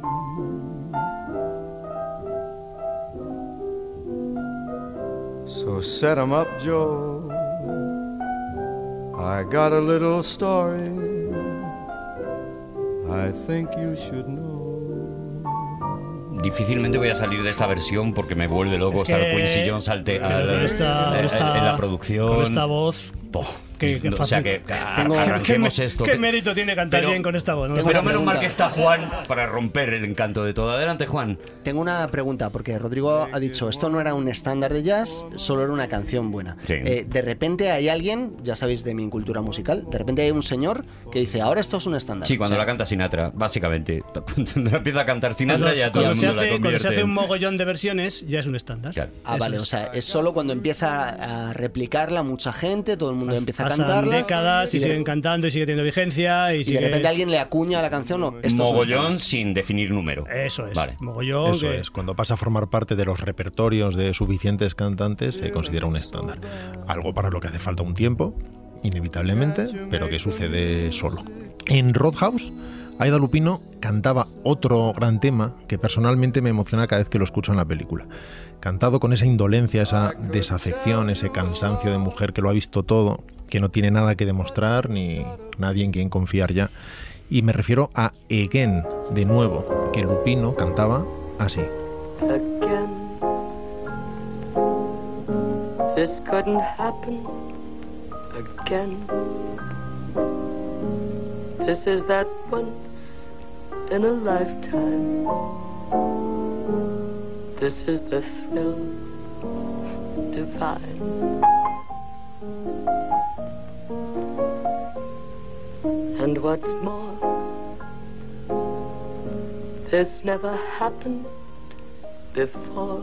So set 'em up, Joe. I got a little story I think you should know. Difícilmente voy a salir de esta versión porque me vuelve loco Es que- estar Quincy Jones salte, al- Con esta- al- con esta- en la producción. Con esta voz. Poh, Qué- qué o sea fácil. que a- Tengo- arranquemos ¿qué, esto. ¿Qué mérito tiene cantar Pero- bien con esta voz? ¿no? Pero menos mal que está Juan para romper el encanto de todo. Adelante, Juan. Tengo una pregunta, porque Rodrigo ha dicho, esto no era un estándar de jazz, solo era una canción buena. Sí. Eh, de repente hay alguien, ya sabéis de mi incultura musical, de repente hay un señor que dice, ahora esto es un estándar. Sí, cuando O sea, la canta Sinatra, básicamente. Cuando empieza a cantar Sinatra Cuando, ya todo el cuando se mundo la hace, cuando convierte se hace un en- mogollón de versiones, ya es un estándar. Ah, Eso vale, es. o sea, es solo cuando empieza a replicarla mucha gente, todo el mundo empieza a Pasan cantarla. décadas y y de- siguen cantando y sigue teniendo vigencia. Y, Y sigue... de repente alguien le acuña a la canción, no, esto es un Mogollón estándar. sin definir número. Eso es. Vale. Mogollón. Eso que- es, cuando pasa a formar parte de los repertorios de suficientes cantantes se considera un estándar. Algo para lo que hace falta un tiempo, inevitablemente, pero que sucede solo. En Roadhouse, Aida Lupino cantaba otro gran tema que personalmente me emociona cada vez que lo escucho en la película. Cantado con esa indolencia, esa desafección, ese cansancio de mujer que lo ha visto todo, que no tiene nada que demostrar ni nadie en quien confiar ya. Y me refiero a Again, de nuevo, que Lupino cantaba así. Again, this couldn't happen again. This is that once in a lifetime. This is the thrill divine. And what's more, this never happened before.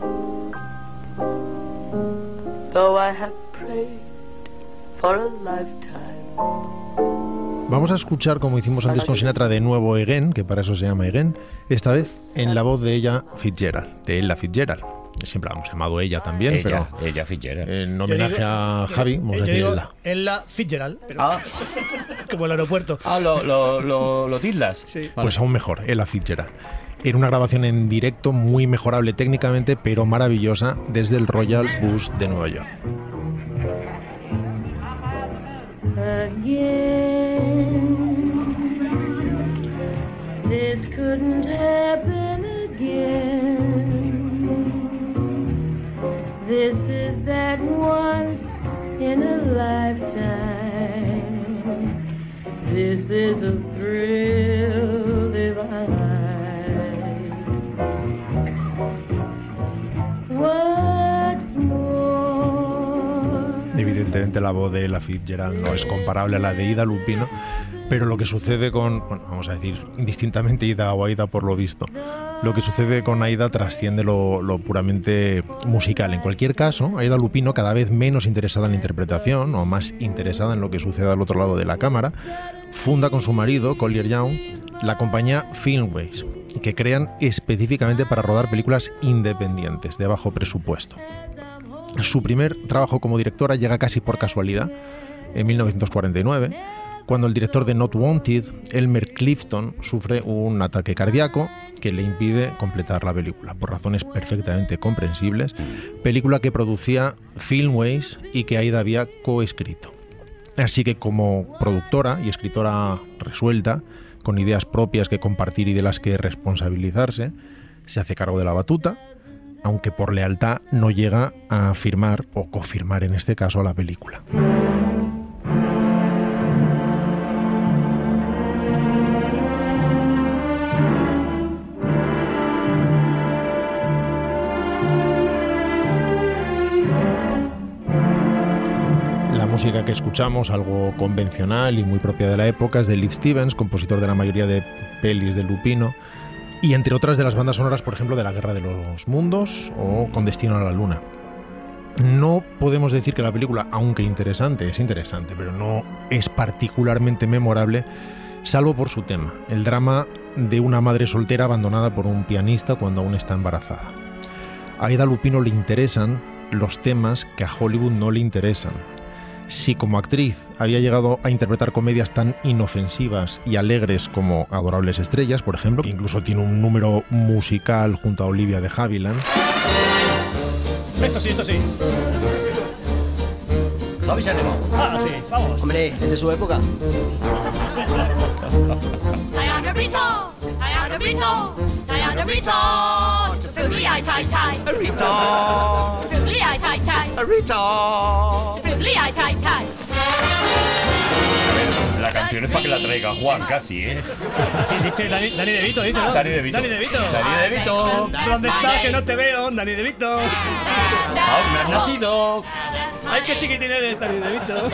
Though I have prayed for a lifetime. Vamos a escuchar, como hicimos antes con Sinatra, de nuevo Again, que para eso se llama Again, esta vez en la voz de ella Fitzgerald, de Ella Fitzgerald. Siempre la hemos llamado ella también, Ella, pero ella Fitzgerald. en Yo homenaje digo- a Javi, vamos a yo decir digo Ella. Ella Fitzgerald, pero Ah, como el aeropuerto. ah lo, lo, lo, lo tildas. Sí. Vale. Pues aún mejor, Ella Fitzgerald. Era una grabación en directo muy mejorable técnicamente, pero maravillosa, desde el Royal Bus de Nueva York. Again, this couldn't happen again. This is that once in a lifetime. This is a thrill divine. What's more? Evidentemente la voz de Ella Fitzgerald no es comparable a la de Ida Lupino, pero lo que sucede con, bueno, vamos a decir, indistintamente Ida o Aida por lo visto, lo que sucede con Aida trasciende lo, lo puramente musical. En cualquier caso, Aida Lupino, cada vez menos interesada en la interpretación o más interesada en lo que sucede al otro lado de la cámara, funda con su marido, Collier Young, la compañía Filmways, que crean específicamente para rodar películas independientes de bajo presupuesto. Su primer trabajo como directora llega casi por casualidad, en mil novecientos cuarenta y nueve, cuando el director de Not Wanted, Elmer Clifton, sufre un ataque cardíaco que le impide completar la película, por razones perfectamente comprensibles, película que producía Filmways y que Aida había coescrito. Así que como productora y escritora resuelta, con ideas propias que compartir y de las que responsabilizarse, se hace cargo de la batuta, aunque por lealtad no llega a firmar o cofirmar en este caso la película. La música que escuchamos, algo convencional y muy propia de la época, es de Leith Stevens, compositor de la mayoría de pelis de Lupino, y entre otras de las bandas sonoras, por ejemplo, de La Guerra de los Mundos o Con Destino a la Luna. No podemos decir que la película, aunque interesante, es interesante, pero no es particularmente memorable, salvo por su tema, el drama de una madre soltera abandonada por un pianista cuando aún está embarazada. A Aida Lupino le interesan los temas que a Hollywood no le interesan. Si como actriz había llegado a interpretar comedias tan inofensivas y alegres como Adorables Estrellas, por ejemplo, que incluso tiene un número musical junto a Olivia de Havilland. Esto sí, esto sí. Javi se ha animado. Ah, sí, vamos. Hombre, es de su época. La canción es para que la traiga Juan, casi, ¿eh? Sí, dice Dani, Dani De Vito, dice, ¿no? Dani De Vito. Dani De Vito. Dani De Vito. ¿Dónde estás? Que no te veo, Dani De Vito. Aún no has nacido. Ay, qué chiquitín eres, Dani De Vito.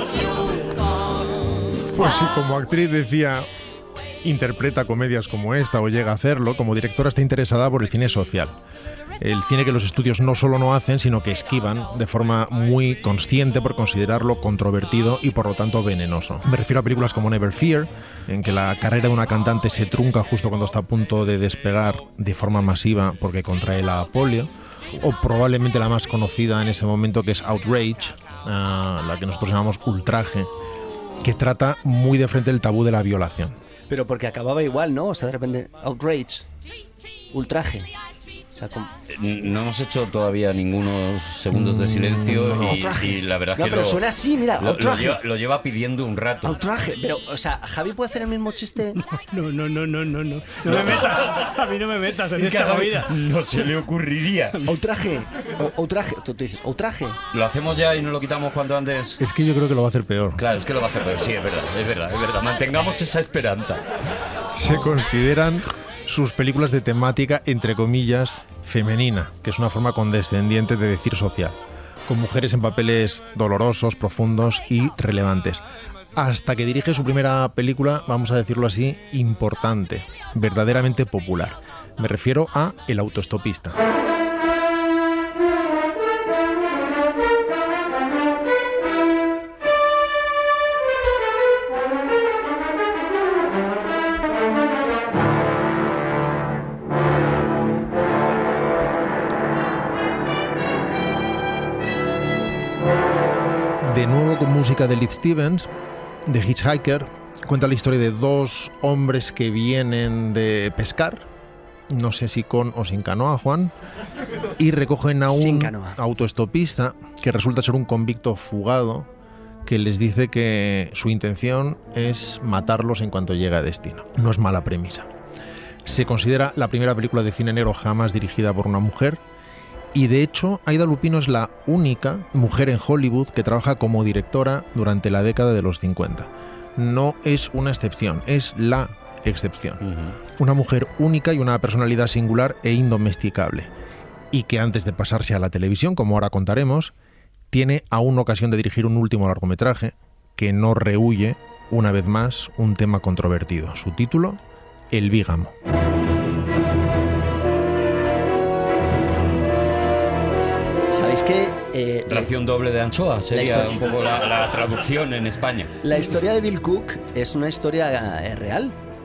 Pues sí, como actriz decía, interpreta comedias como esta o llega a hacerlo, como directora está interesada por el cine social. El cine que los estudios no solo no hacen, sino que esquivan de forma muy consciente por considerarlo controvertido y por lo tanto venenoso. Me refiero a películas como Never Fear, en que la carrera de una cantante se trunca justo cuando está a punto de despegar de forma masiva porque contrae la polio, o probablemente la más conocida en ese momento, que es Outrage, uh, la que nosotros llamamos Ultraje, que trata muy de frente el tabú de la violación. Pero porque acababa igual, ¿no? O sea, de repente, Outrage, Ultraje. O sea, con... No hemos hecho todavía ningunos segundos de silencio no, y, y la verdad es no, que pero lo, suena así, mira, lo, Outraje. Lo, lleva, lo lleva pidiendo un rato. Outraje, pero, o sea, ¿Javi puede hacer el mismo chiste? No, no, no, no, no, no. No me metas, a mí no me metas en Es que esta a Javi movida. no se le ocurriría. Outraje, o, outraje, tú, tú dices, Outraje. ¿Lo hacemos ya y no lo quitamos cuanto antes? Es que yo creo que lo va a hacer peor. Claro, es que lo va a hacer peor, sí, es verdad, es verdad, es verdad. Mantengamos esa esperanza. Se consideran sus películas de temática, entre comillas, femenina, que es una forma condescendiente de decir social, con mujeres en papeles dolorosos, profundos y relevantes. Hasta que dirige su primera película, vamos a decirlo así, importante, verdaderamente popular. Me refiero a El autoestopista. De nuevo con música de Leith Stevens, de Hitchhiker, cuenta la historia de dos hombres que vienen de pescar, no sé si con o sin canoa, Juan, y recogen a un autoestopista que resulta ser un convicto fugado que les dice que su intención es matarlos en cuanto llegue a destino. No es mala premisa. Se considera la primera película de cine negro jamás dirigida por una mujer. Y de hecho, Aida Lupino es la única mujer en Hollywood que trabaja como directora durante la década de los cincuenta. No es una excepción, es la excepción. Uh-huh. Una mujer única y una personalidad singular e indomesticable. Y que antes de pasarse a la televisión, como ahora contaremos, tiene aún ocasión de dirigir un último largometraje que no rehúye, una vez más, un tema controvertido. Su título, El bígamo. ¿Sabéis qué? Eh, Ración doble de anchoa sería un poco la, la traducción en España. La historia de Bill Cook es una historia eh, real.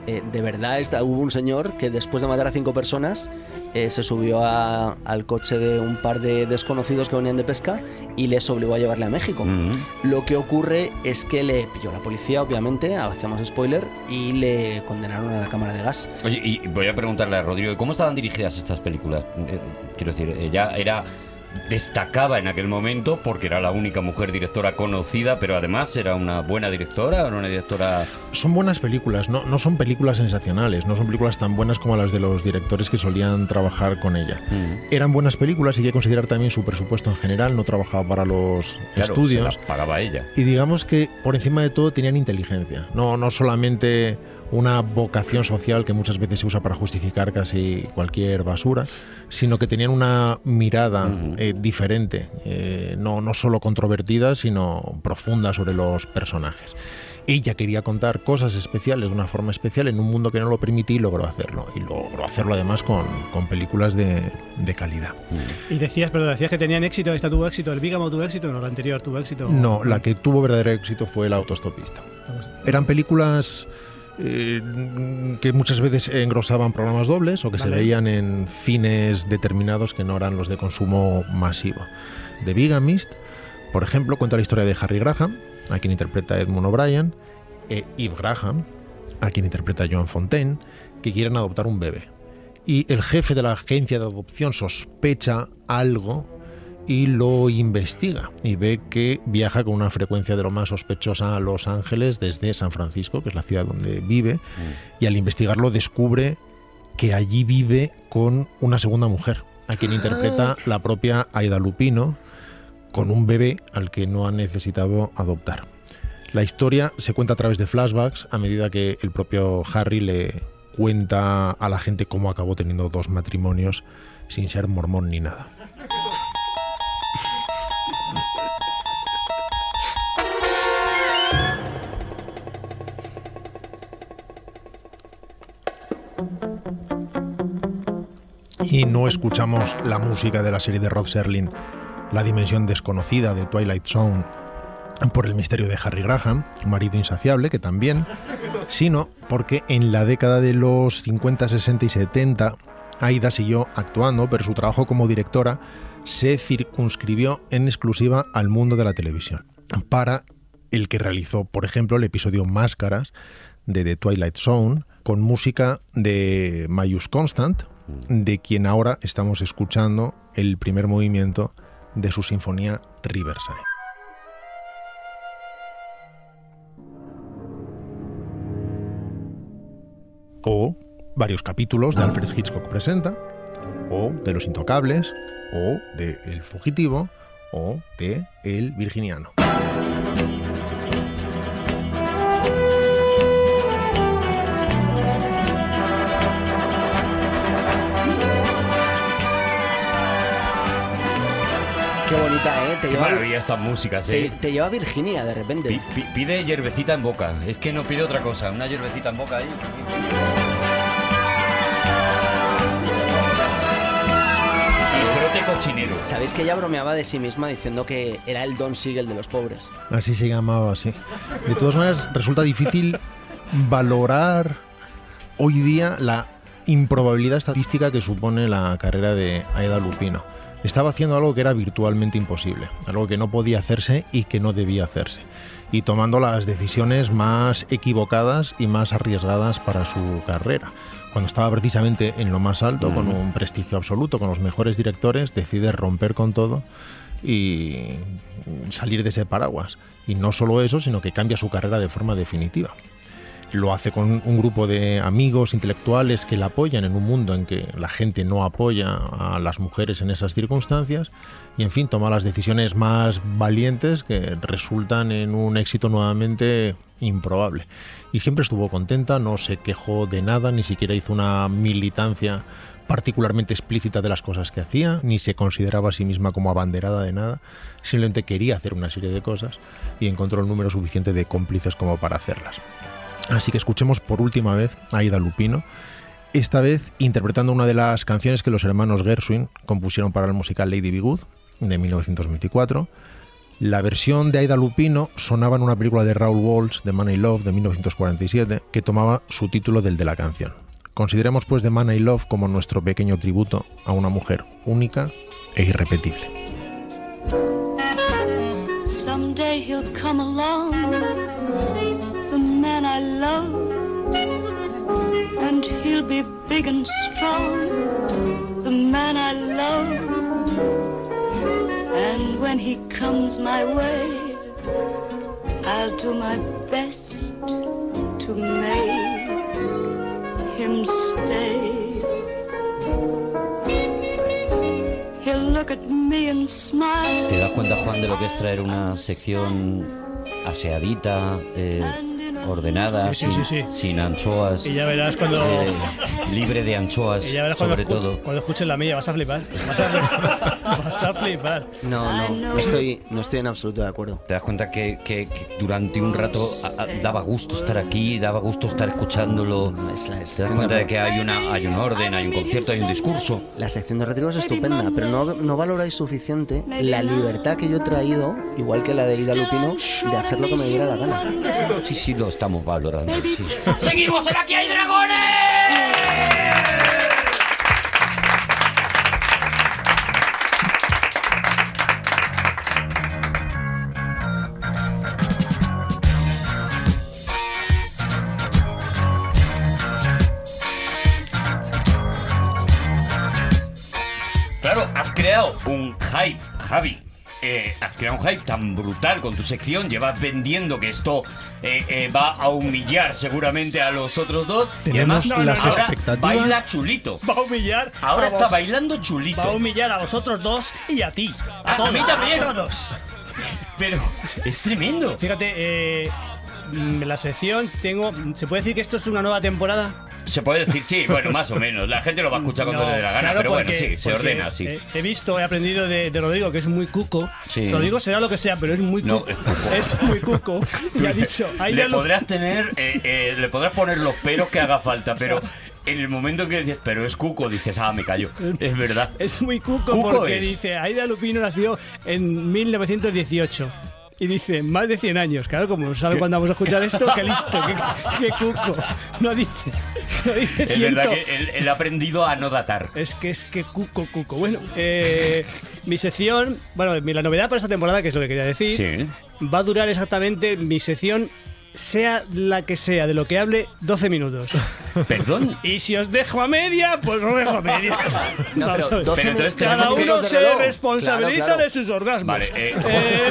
Eh, de verdad, esta, hubo un señor que después de matar a cinco personas eh, se subió a, al coche de un par de desconocidos que venían de pesca y les obligó a llevarle a México. Mm-hmm. Lo que ocurre es que le pilló la policía, obviamente, hacemos spoiler, y le condenaron a la cámara de gas. Oye, y voy a preguntarle a Rodrigo, ¿cómo estaban dirigidas estas películas? Eh, quiero decir, ella era... destacaba en aquel momento porque era la única mujer directora conocida, pero además era una buena directora, o una directora... Son buenas películas, no, no son películas sensacionales, no son películas tan buenas como las de los directores que solían trabajar con ella. Mm. Eran buenas películas y hay que considerar también su presupuesto en general, no trabajaba para los claro, estudios. Se la pagaba ella. Y digamos que por encima de todo tenían inteligencia, no, no solamente una vocación social que muchas veces se usa para justificar casi cualquier basura, sino que tenían una mirada uh-huh. eh, diferente, eh, no, no solo controvertida, sino profunda sobre los personajes. Ella quería contar cosas especiales de una forma especial en un mundo que no lo permitía y logró hacerlo. Y logró hacerlo además con, con películas de, de calidad. Y decías, pero decías que tenían éxito, esta tuvo éxito, el Bígamo tuvo éxito, no, la anterior tuvo éxito. No, la que tuvo verdadero éxito fue La autoestopista. Eran películas... Eh, que muchas veces engrosaban programas dobles o que vale. se veían en cines determinados que no eran los de consumo masivo. The Bigamist, por ejemplo, cuenta la historia de Harry Graham, a quien interpreta Edmund O'Brien, e Eve Graham, a quien interpreta Joan Fontaine, que quieren adoptar un bebé. Y el jefe de la agencia de adopción sospecha algo y lo investiga y ve que viaja con una frecuencia de lo más sospechosa a Los Ángeles desde San Francisco, que es la ciudad donde vive, mm. y al investigarlo descubre que allí vive con una segunda mujer, a quien interpreta la propia Aida Lupino, con un bebé al que no ha necesitado adoptar. La historia se cuenta a través de flashbacks a medida que el propio Harry le cuenta a la gente cómo acabó teniendo dos matrimonios sin ser mormón ni nada. Y no escuchamos la música de la serie de Rod Serling, La dimensión desconocida de Twilight Zone, por el misterio de Harry Graham, marido insaciable, que también, sino porque en la década de los cincuenta, sesenta y setenta, Aida siguió actuando, pero su trabajo como directora se circunscribió en exclusiva al mundo de la televisión, para el que realizó, por ejemplo, el episodio Máscaras de The Twilight Zone, con música de Mayus Constant, de quien ahora estamos escuchando el primer movimiento de su sinfonía Riverside. O varios capítulos de Alfred Hitchcock Presenta, o de Los Intocables, o de El Fugitivo, o de El Virginiano. Qué bonita, ¿eh? Te Qué lleva, maravilla estas músicas, ¿eh? Te, te lleva Virginia de repente. P- p- pide yerbecita en boca. Es que no pide otra cosa. Una yerbecita en boca ahí. Y frote cochinero. ¿Sabéis que ella bromeaba de sí misma diciendo que era el Don Siegel de los pobres? Así se llamaba, así. De todas maneras, resulta difícil valorar hoy día la improbabilidad estadística que supone la carrera de Aida Lupino. Estaba haciendo algo que era virtualmente imposible, algo que no podía hacerse y que no debía hacerse, y tomando las decisiones más equivocadas y más arriesgadas para su carrera. Cuando estaba precisamente en lo más alto, mm. con un prestigio absoluto, con los mejores directores, decide romper con todo y salir de ese paraguas. Y no solo eso, sino que cambia su carrera de forma definitiva. Lo hace con un grupo de amigos intelectuales que la apoyan en un mundo en que la gente no apoya a las mujeres en esas circunstancias y, en fin, toma las decisiones más valientes que resultan en un éxito nuevamente improbable. Y siempre estuvo contenta, no se quejó de nada, ni siquiera hizo una militancia particularmente explícita de las cosas que hacía, ni se consideraba a sí misma como abanderada de nada, simplemente quería hacer una serie de cosas y encontró el número suficiente de cómplices como para hacerlas. Así que escuchemos por última vez a Aida Lupino, esta vez interpretando una de las canciones que los hermanos Gershwin compusieron para el musical Lady Be Good de mil novecientos veinticuatro, La versión de Aida Lupino sonaba en una película de Raoul Walsh, The Man I Love, de mil novecientos cuarenta y siete, que tomaba su título del de la canción. Consideremos pues The Man I Love como nuestro pequeño tributo a una mujer única e irrepetible. Someday he'll come along, the man I love, and he'll be big and strong, the man I love. And when he comes my way, I'll do my best to make him stay. He'll look at me and smile. ¿Te das cuenta, Juan, de lo que es traer una sección aseadita, eh, ordenada, Sí, sí, sin, sí, sí. sin anchoas? Y ya verás cuando... eh, libre de anchoas, Y ya verás cuando, sobre escu- todo. cuando escuches la mía, vas a flipar. Vas a flipar. Vas a flipar. No, no, no estoy, no estoy en absoluto de acuerdo. Te das cuenta que, que- que durante un rato a- a- daba gusto estar aquí, daba gusto estar escuchándolo. Es la Te das sección cuenta de- de que hay una hay un orden, hay un concierto, hay un discurso. La sección de retiro es estupenda, pero no, no valoráis suficiente la libertad que yo he traído, igual que la de Ida Lupino, de hacer lo que me diera la gana. Sí, sí, lo estamos valorando. Sí. ¡Seguimos en Aquí hay dragones! Claro, has creado un hype, Javi. Eh, has creado un hype tan brutal con tu sección. Llevas vendiendo que esto eh, eh, va a humillar seguramente a los otros dos. Tenemos y además, las ahora expectativas. baila chulito. Va a humillar. Ahora a está vos- bailando chulito. Va a humillar a vosotros dos y a ti. A, A todos. mí también. A todos. Pero es tremendo. Fíjate, eh, mm, la sección tengo... ¿Se puede decir que esto es una nueva temporada? Se puede decir sí, bueno, más o menos. La gente lo va a escuchar cuando No, le dé la gana, claro, pero bueno, porque- sí, se porque, ordena, sí. eh, he visto, he aprendido de, de Rodrigo, que es muy cuco. Sí. Rodrigo será lo que sea, pero es muy No, cuco. es cuco. Es muy cuco. Y ha dicho... ahí le ya lo- podrás tener, eh, eh, le podrás poner los peros que haga falta, pero en el momento que dices, pero es cuco, dices, ah, me callo. Es verdad. Es muy cuco, Cuco porque es. dice, Aida Lupino nació en mil novecientos dieciocho. Y dice, más de cien años. Claro, como sabe cuándo vamos a escuchar esto, qué listo, qué, qué cuco. No dice, no dice Es ciento. verdad que él, él ha aprendido a no datar. Es que es que cuco, cuco. Bueno, eh, mi sección, bueno, mi- la novedad para esta temporada, que es lo que quería decir, Sí. va a durar exactamente mi sección, sea la que sea, de lo que hable, doce minutos. ¿Perdón? Y si os dejo a media, pues os dejo a medias. No, Vamos pero a ver. doce Pero entonces minutos- Cada tenemos que- uno de se reloj. responsabiliza Claro, claro. de sus orgasmos. Vale, eh, Eh,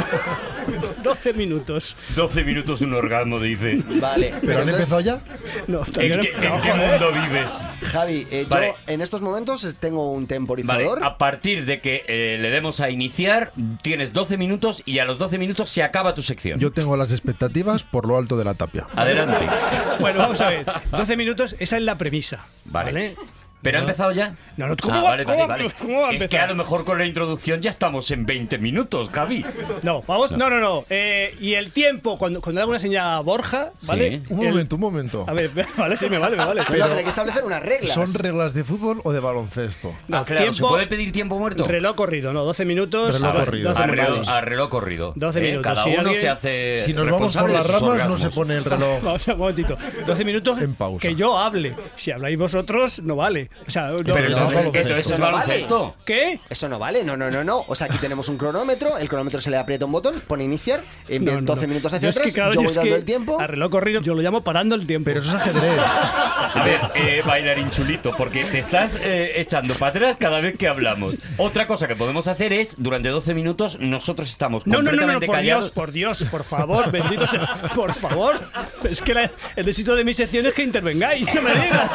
doce minutos. doce minutos un orgasmo, dice. Vale, ¿Pero han entonces, empezado ya? No, ¿En todavía no- qué, no, en qué joder. mundo vives? Javi, eh, Vale. yo en estos momentos es- tengo un Vale, temporizador. a partir de que eh, le demos a iniciar, tienes doce minutos y a los doce minutos se acaba tu sección. Yo tengo las expectativas por lo alto de la tapia. Adelante. Bueno, vamos a ver. doce minutos, esa es la premisa. Vale. ¿Vale? ¿Pero ha No. empezado ya? No, no, ¿cómo Ah, va- vale, cómo vale, va- vale. cómo va a Es que empezar? a lo mejor con la introducción ya estamos en veinte minutos, Javi. No, vamos, no, no, no. Eh, y el tiempo, cuando, cuando le hago una señal a Borja, ¿vale? Sí. Un El- momento, un momento. A ver, vale, sí, me vale, me vale. Pero pero- hay que establecer unas reglas. ¿Son reglas de fútbol o de baloncesto? No, Ah, claro, ¿se tiempo- puede pedir tiempo muerto? Reloj corrido, no, doce minutos. Reloj doce- corrido. doce A minutos. reloj, a reloj corrido. doce ¿eh? minutos. Cada Si uno alguien- se hace Si nos vamos por responsable las de sus ramas, no orgasmos. se pone el reloj. Vamos a un momentito. doce minutos En pausa. que yo hable. Si habláis vosotros, no vale. O sea, no- Pero No, entonces, eso- ¿eso es eso no vale. baloncesto? ¿Qué? Eso no vale, no, no, no, no. O sea, aquí tenemos un cronómetro, el cronómetro se le aprieta un botón, pone iniciar, en No, no, doce no. minutos hacia Yo es que, atrás, claro, yo voy es dando que el tiempo. A reloj corrido yo lo llamo parando el tiempo. Pero eso es ajedrez. A ver, eh, bailarín chulito, porque te estás eh, echando para atrás cada vez que hablamos. Otra cosa que podemos hacer es, durante doce minutos, nosotros estamos No, no, no, no, completamente por callados. Dios, por Dios, por favor, bendito sea, por favor. Es que la- el éxito de mi sección es que intervengáis, no me digas.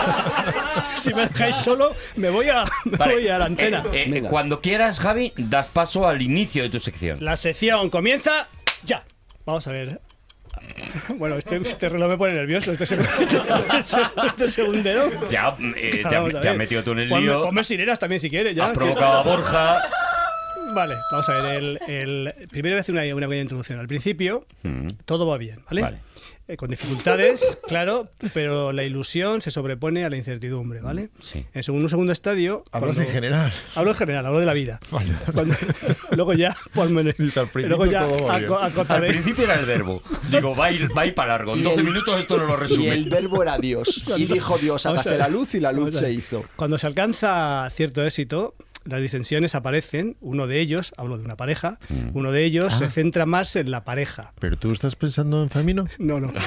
Si me dejáis solo, me voy a, me Vale, voy a la antena. eh, eh, Venga. cuando quieras, Javi, das paso al inicio de tu sección. La sección comienza ya. Vamos a ver. Bueno, este, este reloj me pone nervioso. Este, seg- este, este segundero. Ya, eh, te, Vamos a ha- te has ver. metido tú en el Ponme- lío. Ponme sirenas también si quieres. Ya, Has que- provocado a Borja. Vale, vamos a ver. El, el- primero voy a hacer una, una pequeña introducción. Al principio, Mm, todo va bien, ¿vale? Vale. eh, con dificultades, claro, pero la ilusión se sobrepone a la incertidumbre, ¿vale? Sí. En segundo, segundo estadio... Hablas cuando- en general. Hablo en general, hablo de la vida. Vale. Cuando- luego ya, pues, me- Dice, al principio luego ya todo va aco- bien. acotaré. Al principio era el verbo. Digo, va a ir, va a ir para largo. En Y doce el- minutos esto no lo Y resume. el verbo era Dios. Y dijo Dios, Vamos a hágase ver. la luz y la luz Vamos a se ver. hizo. Cuando se alcanza cierto éxito, las disensiones aparecen. Uno de ellos, hablo de una pareja, uno de ellos Ah. se centra más en la pareja. ¿Pero tú estás pensando en Famino? No, no.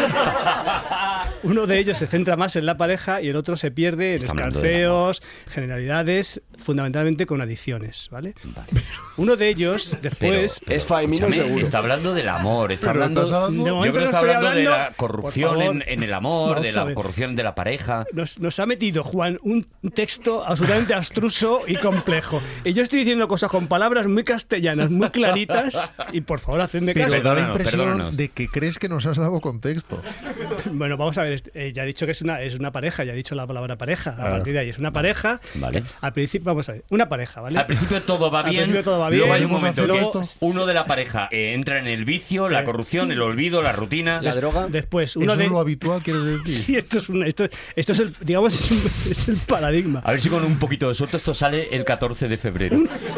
Uno de ellos se centra más en la pareja y el otro se pierde en Está hablando del escarceos, generalidades, fundamentalmente con adicciones, ¿vale? Vale. Uno de ellos, después... Pero, Es Faimino escúchame, seguro. Está hablando del amor, está Pero hablando... estás hablando- De Yo momento creo que no está estoy hablando de la hablando- corrupción por favor. en, en el amor, Vamos de a la ver. corrupción de la pareja. Nos, nos ha metido, Juan, un texto absolutamente abstruso y complejo. Y yo estoy diciendo cosas con palabras muy castellanas, muy claritas, y por favor, hacedme Pero caso. da la Perdónanos, impresión perdónanos. de que crees que nos has dado contexto. Bueno, vamos a ver, este, eh, ya he dicho que es una, es una pareja, ya he dicho la palabra pareja. A Ah. partir de ahí es una pareja. Vale. Al principio, vamos a ver, una pareja, ¿vale? Al principio todo va Al bien, principio todo va luego bien, hay un vamos a momento hacer que esto. uno de la pareja eh, entra en el vicio, la Eh. corrupción, el olvido, la rutina. La droga. Después, uno ¿Eso de... es lo habitual, quieres decir? Sí, esto es, una, esto, esto es el, digamos, es, un- es el paradigma. A ver si con un poquito de suerte esto sale el catorce de febrero.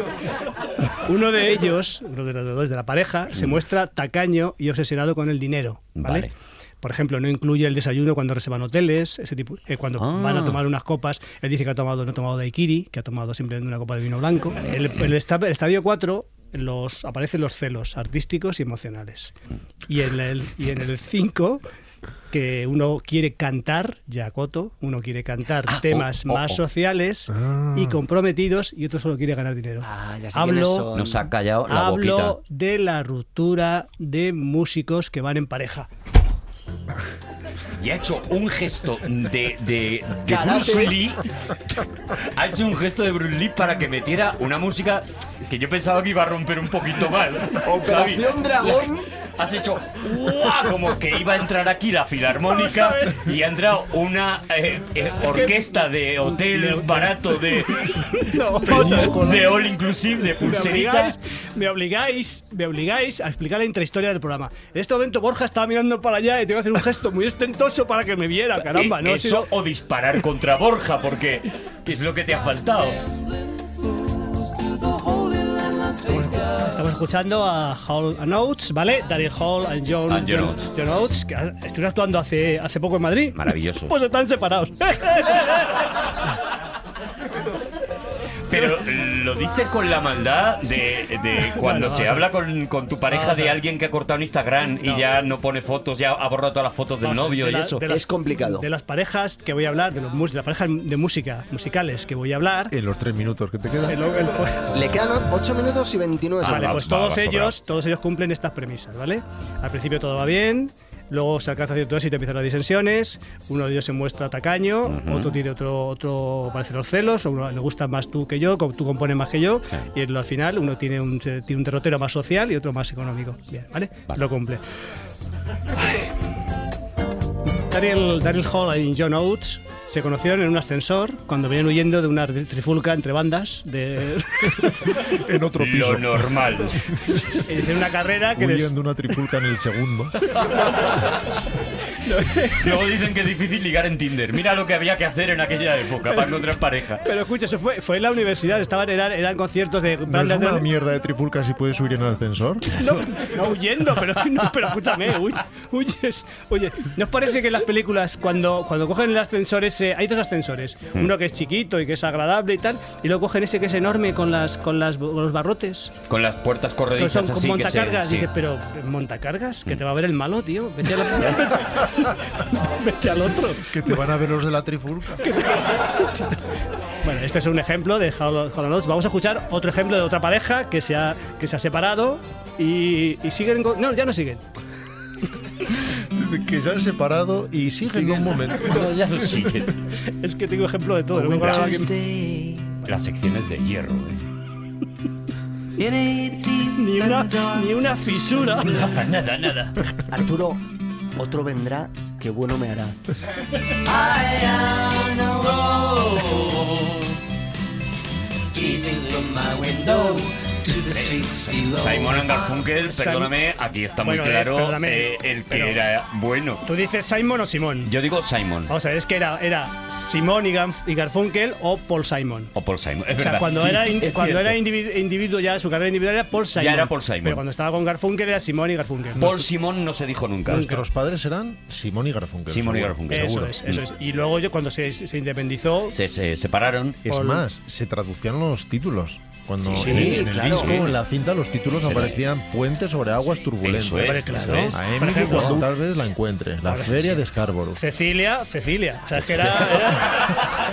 Uno de ellos, uno de los dos de la pareja, se muestra tacaño y obsesionado con el dinero, ¿vale? Vale. Por ejemplo, no incluye el desayuno cuando reservan hoteles, ese tipo, eh, cuando Ah. van a tomar unas copas, él dice que ha tomado, no ha tomado daiquiri, que ha tomado simplemente una copa de vino blanco. El, el, esta- el estadio cuatro los, aparecen los celos artísticos y emocionales. Y en el, y en el cinco, que uno quiere cantar, ya coto, uno quiere cantar Ah, temas oh, oh, más oh. sociales sociales y comprometidos, y otro solo quiere ganar dinero. Ah, ya sé Hablo- quiénes son. Nos ha callado la boquita. Hablo de la ruptura de músicos que van en pareja. Y ha hecho un gesto de, de, de Karate. Bruce Lee. Ha hecho un gesto de Bruce Lee para que metiera una música que yo pensaba que iba a romper un poquito más. Operación ¿Sabes? Dragón. Has hecho ¡guau! Como que iba a entrar aquí la filarmónica y ha entrado una eh, eh, orquesta de hotel barato de, No, vamos a ver. de all inclusive, de Me pulseritas. obligáis, me obligáis, me obligáis a explicar la intrahistoria del programa. En este momento Borja estaba mirando para allá y tengo que hacer un gesto muy ostentoso para que me viera, caramba, Eh, ¿no? Eso Si no- o disparar contra Borja, porque es lo que te ha faltado. Estamos escuchando a Hall and Oates, ¿vale? Daryl Hall and John, And John John, Oates. John Oates, que estuvieron actuando hace, hace poco en Madrid. Maravilloso. Pues están separados. Pero lo dice con la maldad de, de cuando Bueno, se vamos a habla con, con tu pareja Vamos a de ver. alguien que ha cortado en Instagram y No. ya no pone fotos, ya ha borrado todas las fotos del Vamos a ver, novio de y la- eso. de las- Es complicado. De las parejas que voy a hablar, de, los, mus- de las parejas de música, musicales que voy a hablar. En los tres minutos que te quedan. el- el- Le quedan ocho minutos y veintinueve Ah, Vale, segundos. pues va, todos va sobrado. ellos, todos ellos cumplen estas premisas, ¿vale? Al principio todo va bien, luego se alcanza cierto éxito y empiezan las disensiones, uno de ellos se muestra tacaño, Ujú. otro tiene otro, otro parece los celos, o uno le gusta más tú que yo, co- tú compones más que yo, y en lo- al final uno tiene un, tiene un derrotero más social y otro más económico. Bien, ¿vale? Vale. Lo cumple. Ay. Daryl, Daryl Hall y John Oates se conocieron en un ascensor cuando venían huyendo de una trifulca entre bandas de, En otro piso. Lo normal. de una carrera que les, Huyen de una trifulca en el segundo. Luego dicen que es difícil ligar en Tinder. Mira lo que había que hacer en aquella época para encontrar pareja. Pero escucha, eso fue, fue en la universidad, estaban, eran, eran conciertos de ¿No es bandas una de... mierda de trifulca si puedes subir en el ascensor? No, no huyendo, pero, no, pero escúchame, huy- huyes. Oye, ¿no os parece que en las películas, cuando, cuando cogen el ascensor ese, hay dos ascensores, uno que es chiquito y que es agradable y tal, y luego cogen ese que es enorme con las con las con los barrotes, Con las puertas que corredizas son con así que se... montacargas? sí. Dices, pero montacargas, que te va a ver el malo, tío. Vete, a la- vete al otro. Que te van a ver los de la trifulca. Bueno, este es un ejemplo de Hall Hall and Oates. Vamos a escuchar otro ejemplo de otra pareja que se ha, que se ha separado y, y siguen... con- No, ya no siguen. Que se han separado y siguen un momento. No, ya lo siguen. Es que tengo ejemplo de todo. no me acordaba que- Las secciones de hierro, eh. Ni una, ni una fisura. Nada, nada, nada. Arturo, otro vendrá que bueno me hará. Simon and Garfunkel, perdóname, aquí está muy Bueno, claro perdóname, eh, el que pero- era bueno. ¿Tú dices Simon o Simón? Yo digo Simon Vamos a ver, es que era, era Simón y, Garf- y Garfunkel o Paul Simon. o Paul Simon. Es O sea, verdad, cuando sí, era, in- es cuando cierto. era individu- individuo ya, su carrera individual era Paul Simon. Ya era Paul Simon. Pero cuando estaba con Garfunkel era Simón y Garfunkel. Paul Simon no se dijo nunca. Nuestros padres eran Simón y Garfunkel. Simón y seguro. Garfunkel, Eso seguro. es, eso es. Y luego yo cuando se, se independizó, Se, se separaron. Es Paul- más, se traducían los títulos. Cuando Sí, en, el- en el claro. disco, en la cinta, los títulos aparecían Puente sobre aguas turbulentas. Eso es, Hombre, claro. eso es. A Por Emily ejemplo, cuando tal vez la encuentre. La Ahora feria sí. de Scarborough. Cecilia, Cecilia. O sea, es que era... era-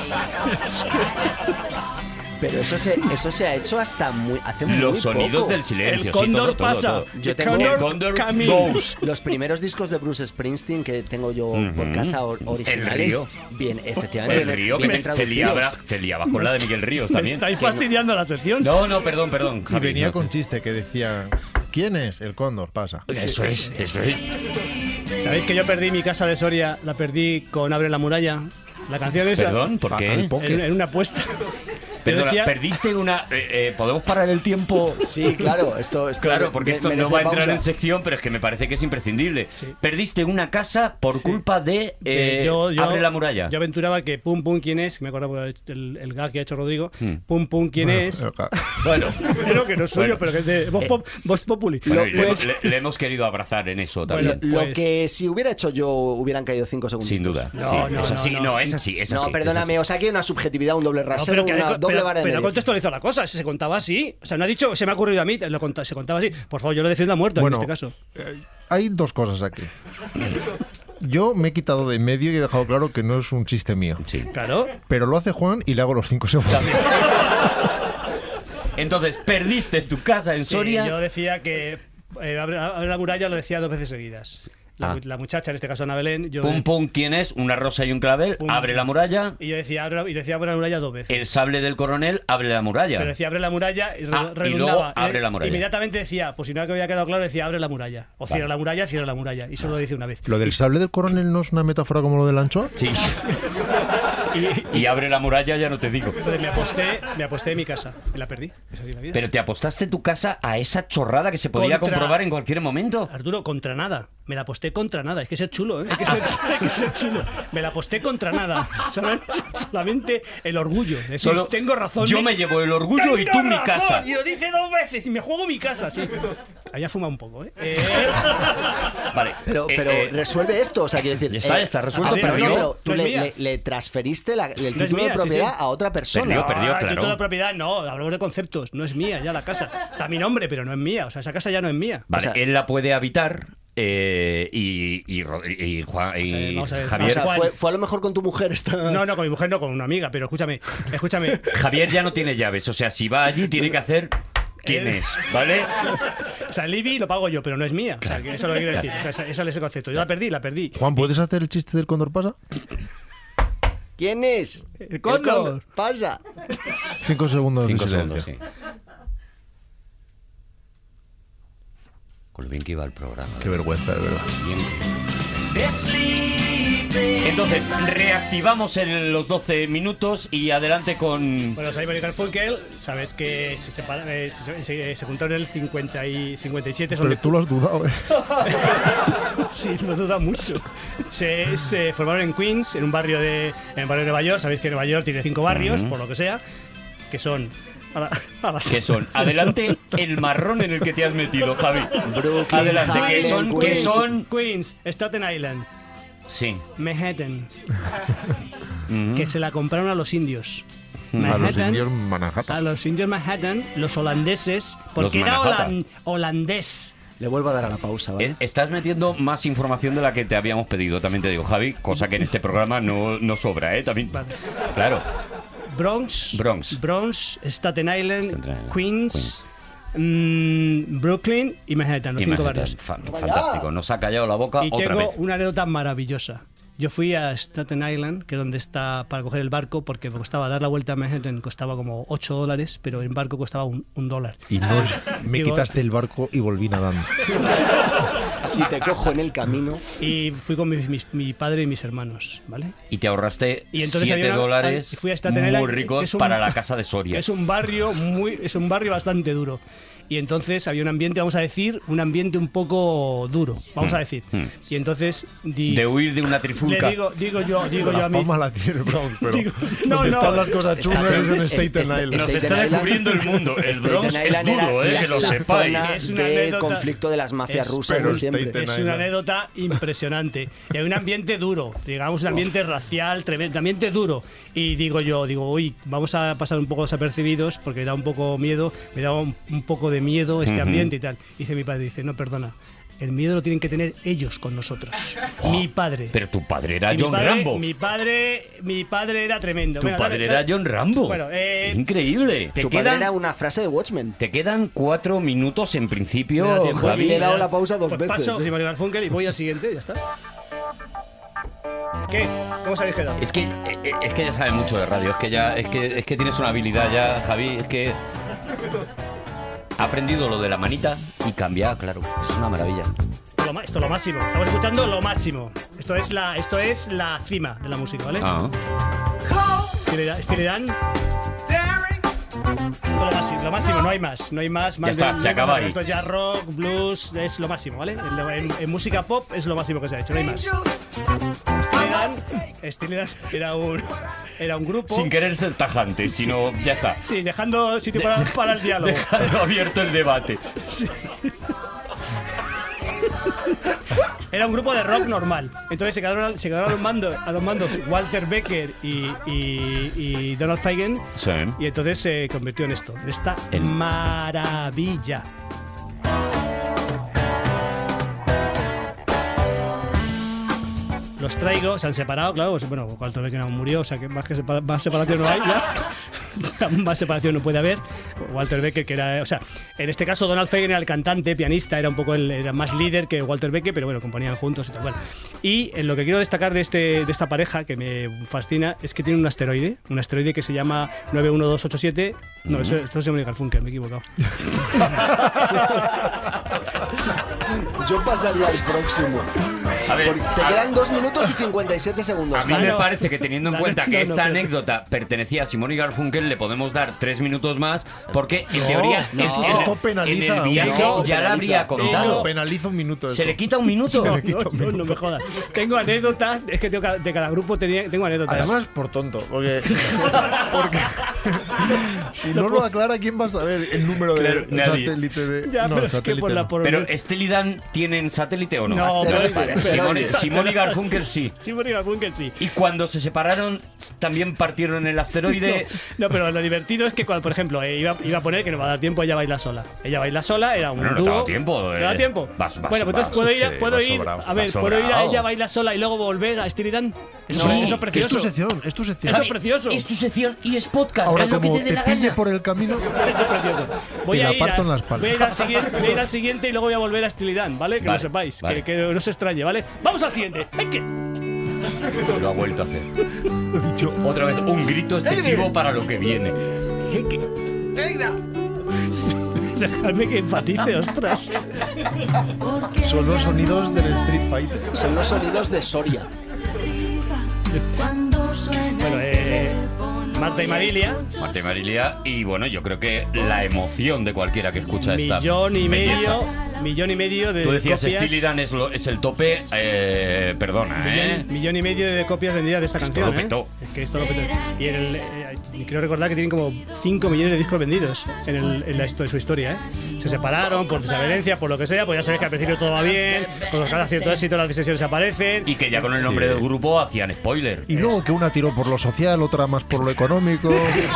Pero eso se, eso se ha hecho hasta muy, hace muy Los sonidos poco. del silencio. El sí, cóndor todo, todo, pasa. todo. Yo El tengo- cóndor El cóndor camina. goes. Los primeros discos de Bruce Springsteen que tengo yo por Ujú. casa or- originales, Río. bien, efectivamente, El Río, que bien te, te, traducidos. liaba- te liabas con la de Miguel Ríos Me también. estáis Que no- fastidiando la sección. No, no, perdón, perdón. Y Javi, venía no. con chiste que decía: ¿quién es? El cóndor, pasa. Eso es, eso es. ¿Sabéis que yo perdí mi casa de Soria? La perdí con Abre la muralla. La canción esa. Perdón, ¿por Ah, qué? al póker. En, en una apuesta. Perdona, Yo decía- perdiste una. eh, eh, ¿Podemos parar el tiempo? Sí, claro, esto, esto Claro, porque me- esto no merece va a entrar pausa. en sección, pero es que me parece que es imprescindible. Sí. Perdiste una casa por culpa de. que eh, yo- yo- Abre la muralla. Yo aventuraba que Pum Pum quién es, me acuerdo por el, el gag que ha hecho Rodrigo. Hmm. Pum Pum quién es. Bueno, Pero que no es suyo, Bueno. pero que es de Voz, Pop- Voz Populi. bueno, Lo- y le, pues- le- le hemos querido abrazar en eso Bueno, también. Lo Pues- que si hubiera hecho yo hubieran caído cinco segundos. Sin duda. No, sí, no, es no, así, no. no, es así, es así. No, es perdóname, así. o sea, aquí hay una subjetividad, un doble No, rasero, pero que- una doble pero- vara de pero no medir. contextualizó la cosa, se contaba así. O sea, no ha dicho, se me ha ocurrido a mí, lo conta- se contaba así. Por favor, yo lo defiendo a muerto Bueno, en este caso. eh, hay dos cosas aquí. Yo me he quitado de en medio y he dejado claro que no es un chiste mío. Sí. Claro. Pero lo hace Juan y le hago los cinco segundos. Entonces, perdiste tu casa en Sí, Soria. yo decía que eh, abre, abre la muralla lo decía dos veces seguidas. La, Ah. mu- la muchacha, en este caso Ana Belén, yo Pum pum, ¿quién es? Una rosa y un clavel. Pum. Abre la muralla. y yo decía abre, y decía abre la muralla dos veces. El sable del coronel. Abre la muralla. Pero decía abre la muralla y, re- Ah, y redundaba. luego abre Eh, la muralla. Inmediatamente decía, pues si no que había quedado claro, decía abre la muralla. O cierra la muralla, cierra la muralla. Y solo lo dice una vez. ¿Lo del sable del coronel no es una metáfora como lo del anchoa? Sí. Y, Y abre la muralla, ya no te digo. entonces me aposté, me aposté en mi casa y la perdí. Es así la vida. Pero te apostaste tu casa a esa chorrada que se podía Contra- comprobar en cualquier momento. Arturo, contra nada. Me la aposté contra nada. Hay que ser chulo, ¿eh? Hay que ser, hay que ser chulo. Me la aposté contra nada. Solamente, solamente el orgullo. De decir, Solo- tengo razón. yo me llevo el orgullo y ¡Tengo tú mi razón! casa. Y lo dice dos veces y me juego mi casa, sí. Había fumado un poco, ¿eh? Eh, Vale. Pero, eh, pero eh, resuelve esto, o sea, quiero decir. Ya está, eh, ya está resuelto, a ver, no, perdió. no, pero tú No es le, mía. le- le transferiste la- el No es título mía, de sí, propiedad sí. a otra persona. Perdió, perdió, ah, claro. título de propiedad, no, hablamos de conceptos. No es mía ya la casa. Está mi nombre, pero no es mía. O sea, esa casa ya no es mía. Vale, o sea- él la puede habitar eh, y, y, Ro- y Juan- y Vamos a ver, vamos a ver. O Javier. sea, Juan. fue, fue a lo mejor con tu mujer esta. No, no, con mi mujer no, con una amiga, pero escúchame, escúchame. Javier ya no tiene llaves, o sea, si va allí tiene que hacer quién Él- es, ¿vale? O sea, el I B I lo pago yo, pero no es mía. O sea, que eso es lo que quiero decir. O sea, esa- ese es el concepto. Yo la perdí, la perdí. Juan, ¿puedes hacer el chiste del cóndor pasa? ¿Quién es? El cóndor. Pasa. Cinco segundos Cinco de segundos, silencio. sí. Con lo bien que iba el programa. Qué vergüenza, de verdad. Bien. Entonces, reactivamos en los doce minutos y adelante con... Bueno, Simon y Garfunkel, sabes que se, separa- eh, se, se- se juntaron en el cincuenta y cincuenta y siete. son Pero de- tú lo has dudado, ¿eh? Sí, lo duda mucho. Se, se formaron en Queens, en un barrio de, en el barrio de Nueva York. Sabéis que Nueva York tiene cinco barrios, por lo que sea, que son... A la- a las- Que son, adelante, el marrón en el que te has metido, Javi. Brooklyn, Adelante, que Harlem, son, que Queens. son... Queens, Staten Island, Sí. Manhattan, Ujú. que se la compraron a los indios. A los Manhattan, indios a Manhattan. los indios Manhattan, los holandeses, porque Los era Manhattan. holan- holandés. Le vuelvo a dar a la pausa, ¿vale? Eh, Estás metiendo más información de la que te habíamos pedido, también te digo, Javi, cosa que en este programa no, no sobra, ¿eh? También. Vale. Claro. Bronx, Bronx. Bronx, Staten Island, Staten Island, Queens, mm, Brooklyn y Manhattan, los cinco Imagínate, barrios. fan- fantástico. Nos ha callado la boca Y otra tengo vez. una anécdota maravillosa. Yo fui a Staten Island, que es donde está para coger el barco, porque me costaba dar la vuelta a Manhattan, costaba como ocho dólares, pero en barco costaba un, un dólar. Y no, me Digo- quitaste el barco y volví nadando. Si te cojo en el camino. Y fui con mi, mi, mi padre y mis hermanos, ¿vale? Y te ahorraste Y entonces siete había una- dólares fui a Staten Island, muy que ricos es un- para la casa de Soria. Es un barrio muy, es un barrio bastante duro. Y entonces había un ambiente, vamos a decir, un ambiente un poco duro, vamos Mm, a decir. mm. Y entonces di- De huir de una trifulca. le digo, digo yo, digo yo La a mí. fama la tiene el Bronx, pero Digo, no, donde no, están las cosas está- chungas es en es- Staten es- Island. Nos Staten está Island- descubriendo el mundo. El Staten Bronx es Island era duro, eh, la- que lo la sepáis. zona Es una de anécdota- conflicto de las mafias es- rusas pero de siempre. Staten Es una Island. anécdota impresionante. Y hay un ambiente duro, digamos, un ambiente racial, tremendo, ambiente duro. Y digo yo, digo, uy, vamos a pasar un poco desapercibidos porque da un poco miedo, me da un, un poco de miedo este Ujú. ambiente y tal. Y dice mi padre, dice, no, perdona, el miedo lo tienen que tener ellos con nosotros. Mi padre. Pero tu padre era Y mi John padre- Rambo. Mi padre, mi padre era tremendo. Tu Venga, padre dale, era dale. John Rambo. Bueno, eh, Es increíble. Te Tu padre quedan, era una frase de Watchmen. te quedan cuatro minutos en me da principio, tiempo. Javi. Y le he dado ya. la pausa dos Pues veces. Paso de Simon y Garfunkel y voy al siguiente, ya está. ¿Qué? ¿Cómo os habéis quedado? Es que, eh, es que ya sabes mucho de radio. Es que ya, es que, es que tienes una habilidad ya, Javi. Es que ha aprendido lo de la manita y cambia, claro. Es una maravilla. Lo ma- esto es lo máximo. Estamos escuchando lo máximo. Esto es la, esto es la cima de la música, ¿vale? Ah. Steely Dan- Steely Dan. Esto lo máximo, lo máximo, no hay más, no hay más. más está, de- se acaba ahí. Esto es ya rock, blues, es lo máximo, ¿vale? En, en- en música pop es lo máximo que se ha hecho, no hay más. Steely Dan, Steely Dan era un, era un grupo. Sin querer ser tajante, sino ya está. Sí, dejando sitio para, para el diálogo. Dejando abierto el debate. Era un grupo de rock normal. Entonces se quedaron, se quedaron a, los mandos, a los mandos Walter Becker y, y- y Donald Fagen. Sí. Y entonces se convirtió en esto, en esta El- maravilla. Los traigo, se han separado, claro, pues, bueno, Walter Becker aún murió, o sea que más que separa- más separación no hay ya. O sea, más separación no puede haber. Walter Becker, que era, o sea, en este caso Donald Fagen era el cantante, pianista, era un poco el, era más líder que Walter Becker, pero bueno, componían juntos y tal. Bueno. Y eh, lo que quiero destacar de este de esta pareja que me fascina es que tiene un asteroide, un asteroide que se llama nueve uno dos ocho siete. No, eso, eso es Simon y Garfunkel, me he equivocado. Yo pasaría al próximo. A ver, Porque te a- quedan dos minutos y cincuenta y siete segundos. A mí Javi. me parece que teniendo en Dale, cuenta que no, no, esta pero- anécdota pertenecía a Simon y Garfunkel, le podemos dar tres minutos más, porque en No, teoría no, en- en- esto penaliza en el un viaje minuto. ya la habría Penaliza. contado. Penaliza un minuto. ¿Se esto. le quita un minuto? No, no, no, no me jodas. Tengo anécdotas, es que tengo ca- de cada grupo tenía, tengo anécdotas. Además, por tonto, porque, porque si no lo aclara, ¿quién va a saber el número de Claro, nadie. satélite de ya, no, pero es que satélite por la no. por Pero ¿Steely Dan tienen satélite o no? No, Asteroide, Vale, asteroide. Simon, Simon y Garfunkel sí. Simon y Garfunkel sí. Y cuando se separaron, también partieron el asteroide. No, pero lo divertido es que cuando, por ejemplo, eh, iba, iba a poner que no va a dar tiempo, ella baila sola. Ella baila sola, era un Bueno, no te dúo. ha dado tiempo, ¿No eh. te da tiempo? Vas- vas- bueno, pues vas, entonces puedo ir, a- sí, puedo vas ir sobrado, a ver, vas puedo ir a sobrado. ella baila sola y luego volver a Steely Dan. Eso, No, eso es Que es precioso. tu sección, es tu sección. Eso es precioso. Es tu sección y es podcast. Ahora, haz lo que como te dé te la pille gana. por el camino, Eso es precioso. Voy Te a, la ir a, parto en la espalda. voy a ir al siguiente, voy a ir al siguiente y luego voy a volver a Steely Dan, ¿vale? Que Vale, lo sepáis, vale. que, que no se extrañe, ¿vale? Vamos al siguiente. ¡Venga! Lo ha vuelto a hacer. Otra vez, un grito excesivo para lo que viene. Dejadme que enfatice, ostras. son los sonidos del Street Fighter. Son los sonidos de Soria. Bueno, eh, Marta y Marilia, Marta y Marilia, y bueno, yo creo que la emoción de cualquiera que escucha esta millón y belleza. medio, millón y medio de Tú decías copias. Steely Dan es, lo- es el tope, eh, perdona, ¿eh? Millón, millón y medio de copias vendidas de esta Esto canción, lo petó. ¿eh? Es que esto lo petó. Y en el, eh, quiero recordar que tienen como cinco millones de discos vendidos en, el, en la histo- en su historia, ¿eh? Se separaron por desavenencia, por lo que sea, pues ya sabéis que al principio todo va bien, cuando cada cierto éxito las decisiones aparecen. Y que ya con el nombre del grupo hacían spoiler. Y luego que una tiró por lo social, otra más por lo económico.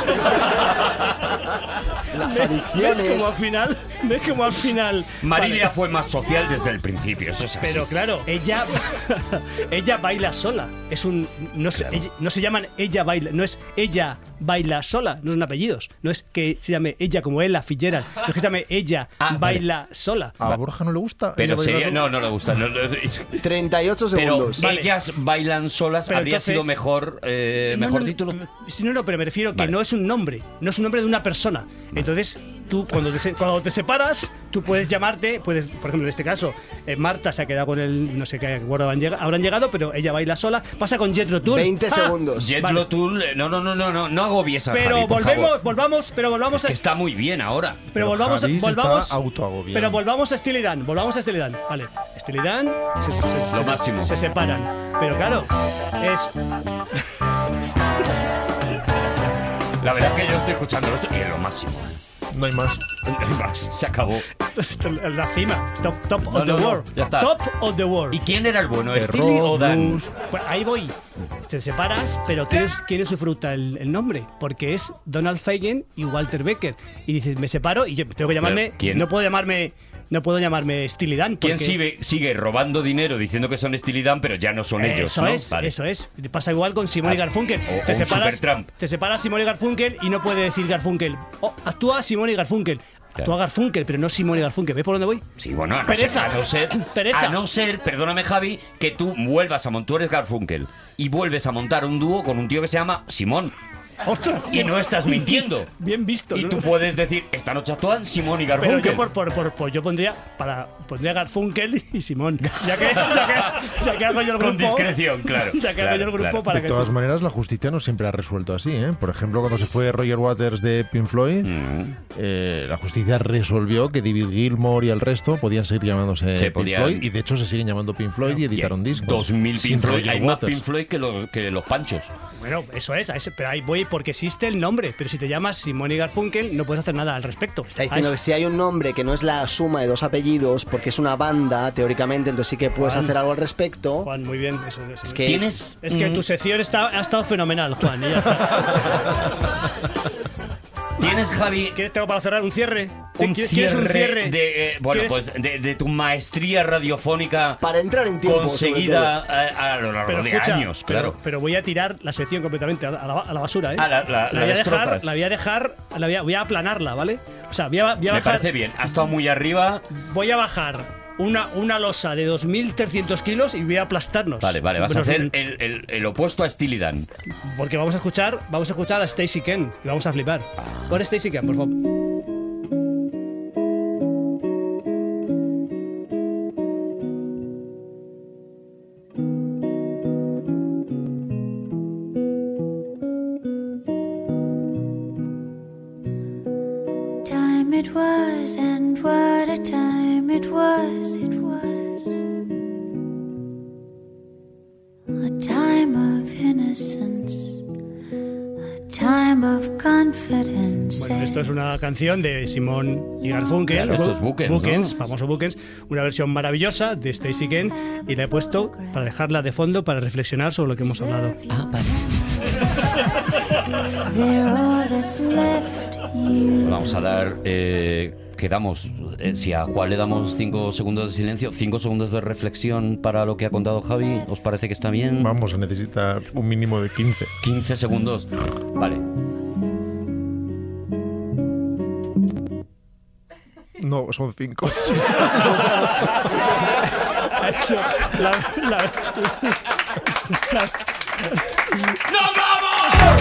Las ¿Ves adicciones. como al final? ¿Ves como al final? Marilia Vale. fue más social desde el principio, eso es así. Pero claro, ella ella baila sola. Es un no se, Claro. ella- no se llaman ella baila, no es ella baila sola, no son apellidos. No es que se llame ella como Ella Fitzgerald, no es que se llame ella Ah, baila sola. A Borja no le gusta. Pero ella baila sería, sola. no, no le gusta. no, no, treinta y ocho pero segundos. Vale. ellas bailan solas, Pero habría entonces- sido mejor, eh, No, mejor no, título. Sí, no, no, pero me refiero que Vale. no es un nombre, no es un nombre de una persona. Entonces, tú cuando te, se- cuando te separas, tú puedes llamarte, puedes, por ejemplo, en este caso, eh, Marta se ha quedado con él, no sé qué acuerdo habrán llega- habrán llegado, pero ella baila sola. Pasa con Jethro Tull. veinte Ah, segundos. Jet Vale. Lo Tull, eh, no, no, no, no, no, no agobies a Pero Javi, por volvemos, favor. volvamos, pero volvamos Es que a está muy bien ahora. pero Pero volvamos, Javi se volvamos, está autoagobiando. pero volvamos a Steely Dan, volvamos a Steely Dan, vale. Steely Dan, se, se- se- Lo se- máximo. se separan, pero claro, es La verdad es que yo estoy escuchando esto y es lo máximo. No hay más. Se acabó. la cima, top, top No, of no, the no, world, ya está. top of the world. ¿Y quién era el bueno? The ¿Steely o Rock, Dan? Blues. Pues ahí voy. Te separas, pero tienes, tienes su fruta el, el nombre, porque es Donald Fagen y Walter Becker. Y dices, me separo y yo tengo que llamarme. Claro, ¿quién? No puedo llamarme. No puedo llamarme Steely Dan. ¿Quién porque- sigue, sigue robando dinero diciendo que son Steely Dan, pero ya no son ellos, Eso ¿no? es, Vale. eso es. Pasa igual con Simón y Ah, Garfunkel. o- te, o un separas, Supertramp. te separas Simón y Garfunkel y no puede decir Garfunkel. Oh, actúa Simón y Garfunkel. Actúa Claro. Garfunkel, pero no Simón y Garfunkel. ¿Ves por dónde voy? Sí, bueno, a no, Pereza. ser, a no ser, Pereza. a no ser, perdóname Javi, que tú vuelvas a montar, tú eres Garfunkel y vuelves a montar un dúo con un tío que se llama Simón. ¡Ostras! Y no estás mintiendo. Bien visto. Y ¿no? tú puedes decir, esta noche actúan Simón y Pero Garfunkel. yo por, por, por, por- yo pondría para pondría Garfunkel y Simón. Ya que, ya que, ya que hago yo el grupo. Con discreción, claro, Ya que claro, hago yo el grupo claro. para De que todas se- maneras, la justicia no siempre ha resuelto así, ¿eh? Por ejemplo, cuando se fue Roger Waters de Pink Floyd, Mm. eh, la justicia resolvió que David Gilmour y el resto podían seguir llamándose Se Pink podían- Floyd, y de hecho se siguen llamando Pink Floyd y editaron discos. dos mil sin Pink Floyd. Roger Hay más Waters. Pink Floyd que los, que los panchos. Bueno, eso es, a ese- pero ahí voy porque existe el nombre. Pero si te llamas Simón y Garfunkel, no puedes hacer nada al respecto. Está diciendo A que eso- si hay un nombre que no es la suma de dos apellidos, porque es una banda, teóricamente, entonces sí que puedes Juan. hacer algo al respecto. Juan, muy bien. Eso, eso. Es que ¿Tienes? Es que mm, tu sección está, ha estado fenomenal, Juan. Y ya está. ¿Tienes, Javi, ¿Quieres, tengo para cerrar un cierre? un ¿Quieres- cierre, quieres un cierre? de, eh, bueno, ¿Quieres- pues de, de tu maestría radiofónica para entrar en tiempo, conseguida a, a lo largo Pero de escucha, años, pero- claro. Pero, voy a tirar la sección completamente a la, a la- a la basura, ¿eh? Ah, la- la- la voy a destrozas. dejar, la voy a dejar, la voy a, voy a aplanarla, ¿vale? O sea, voy a, voy a Me bajar, parece bien. Ha estado muy arriba. voy a bajar una, una losa de dos mil trescientos kilos y voy a aplastarnos. Vale, vale. Vas a Bueno, hacer el, el- el opuesto a Steely Dan. Porque vamos a escuchar, vamos a escuchar a Stacey Ken y vamos a flipar. Ah. Pon Stacey Ken, por favor. Time it was, and what a time it was, it was a time of innocence, a time of confidence. Bueno, esto es una canción de Simón y Garfunkel. Claro, esto es Bookends, ¿no? famoso Bookends. Una versión maravillosa de Stacey Ken y la he puesto para dejarla de fondo para reflexionar sobre lo que hemos hablado. Ah, vale. They're all that's left you. Vamos a dar. Eh, quedamos. Eh, si a Juan le damos cinco segundos de silencio, cinco segundos de reflexión para lo que ha contado Javi, ¿os parece que está bien? Vamos a necesitar un mínimo de quince. quince segundos. Vale. No, son cinco. Ha hecho la- la- la- ¡Nos vamos!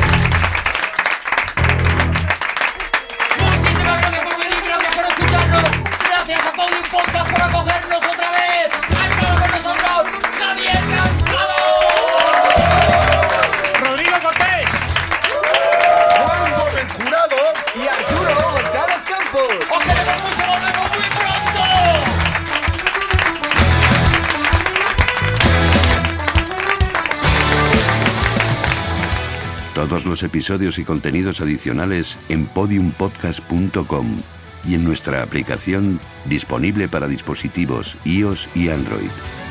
Muchísimas gracias por venir, gracias por escucharnos, gracias a Podium Podcast por acogernos otra vez. Ha estado con nosotros Javier Cansado. Rodrigo Cortés. Juan Gómez Jurado y Arturo González Campos. Os queremos mucho, nos vemos muy pronto. Todos los episodios y contenidos adicionales en podium podcast punto com y en nuestra aplicación disponible para dispositivos iOS y Android.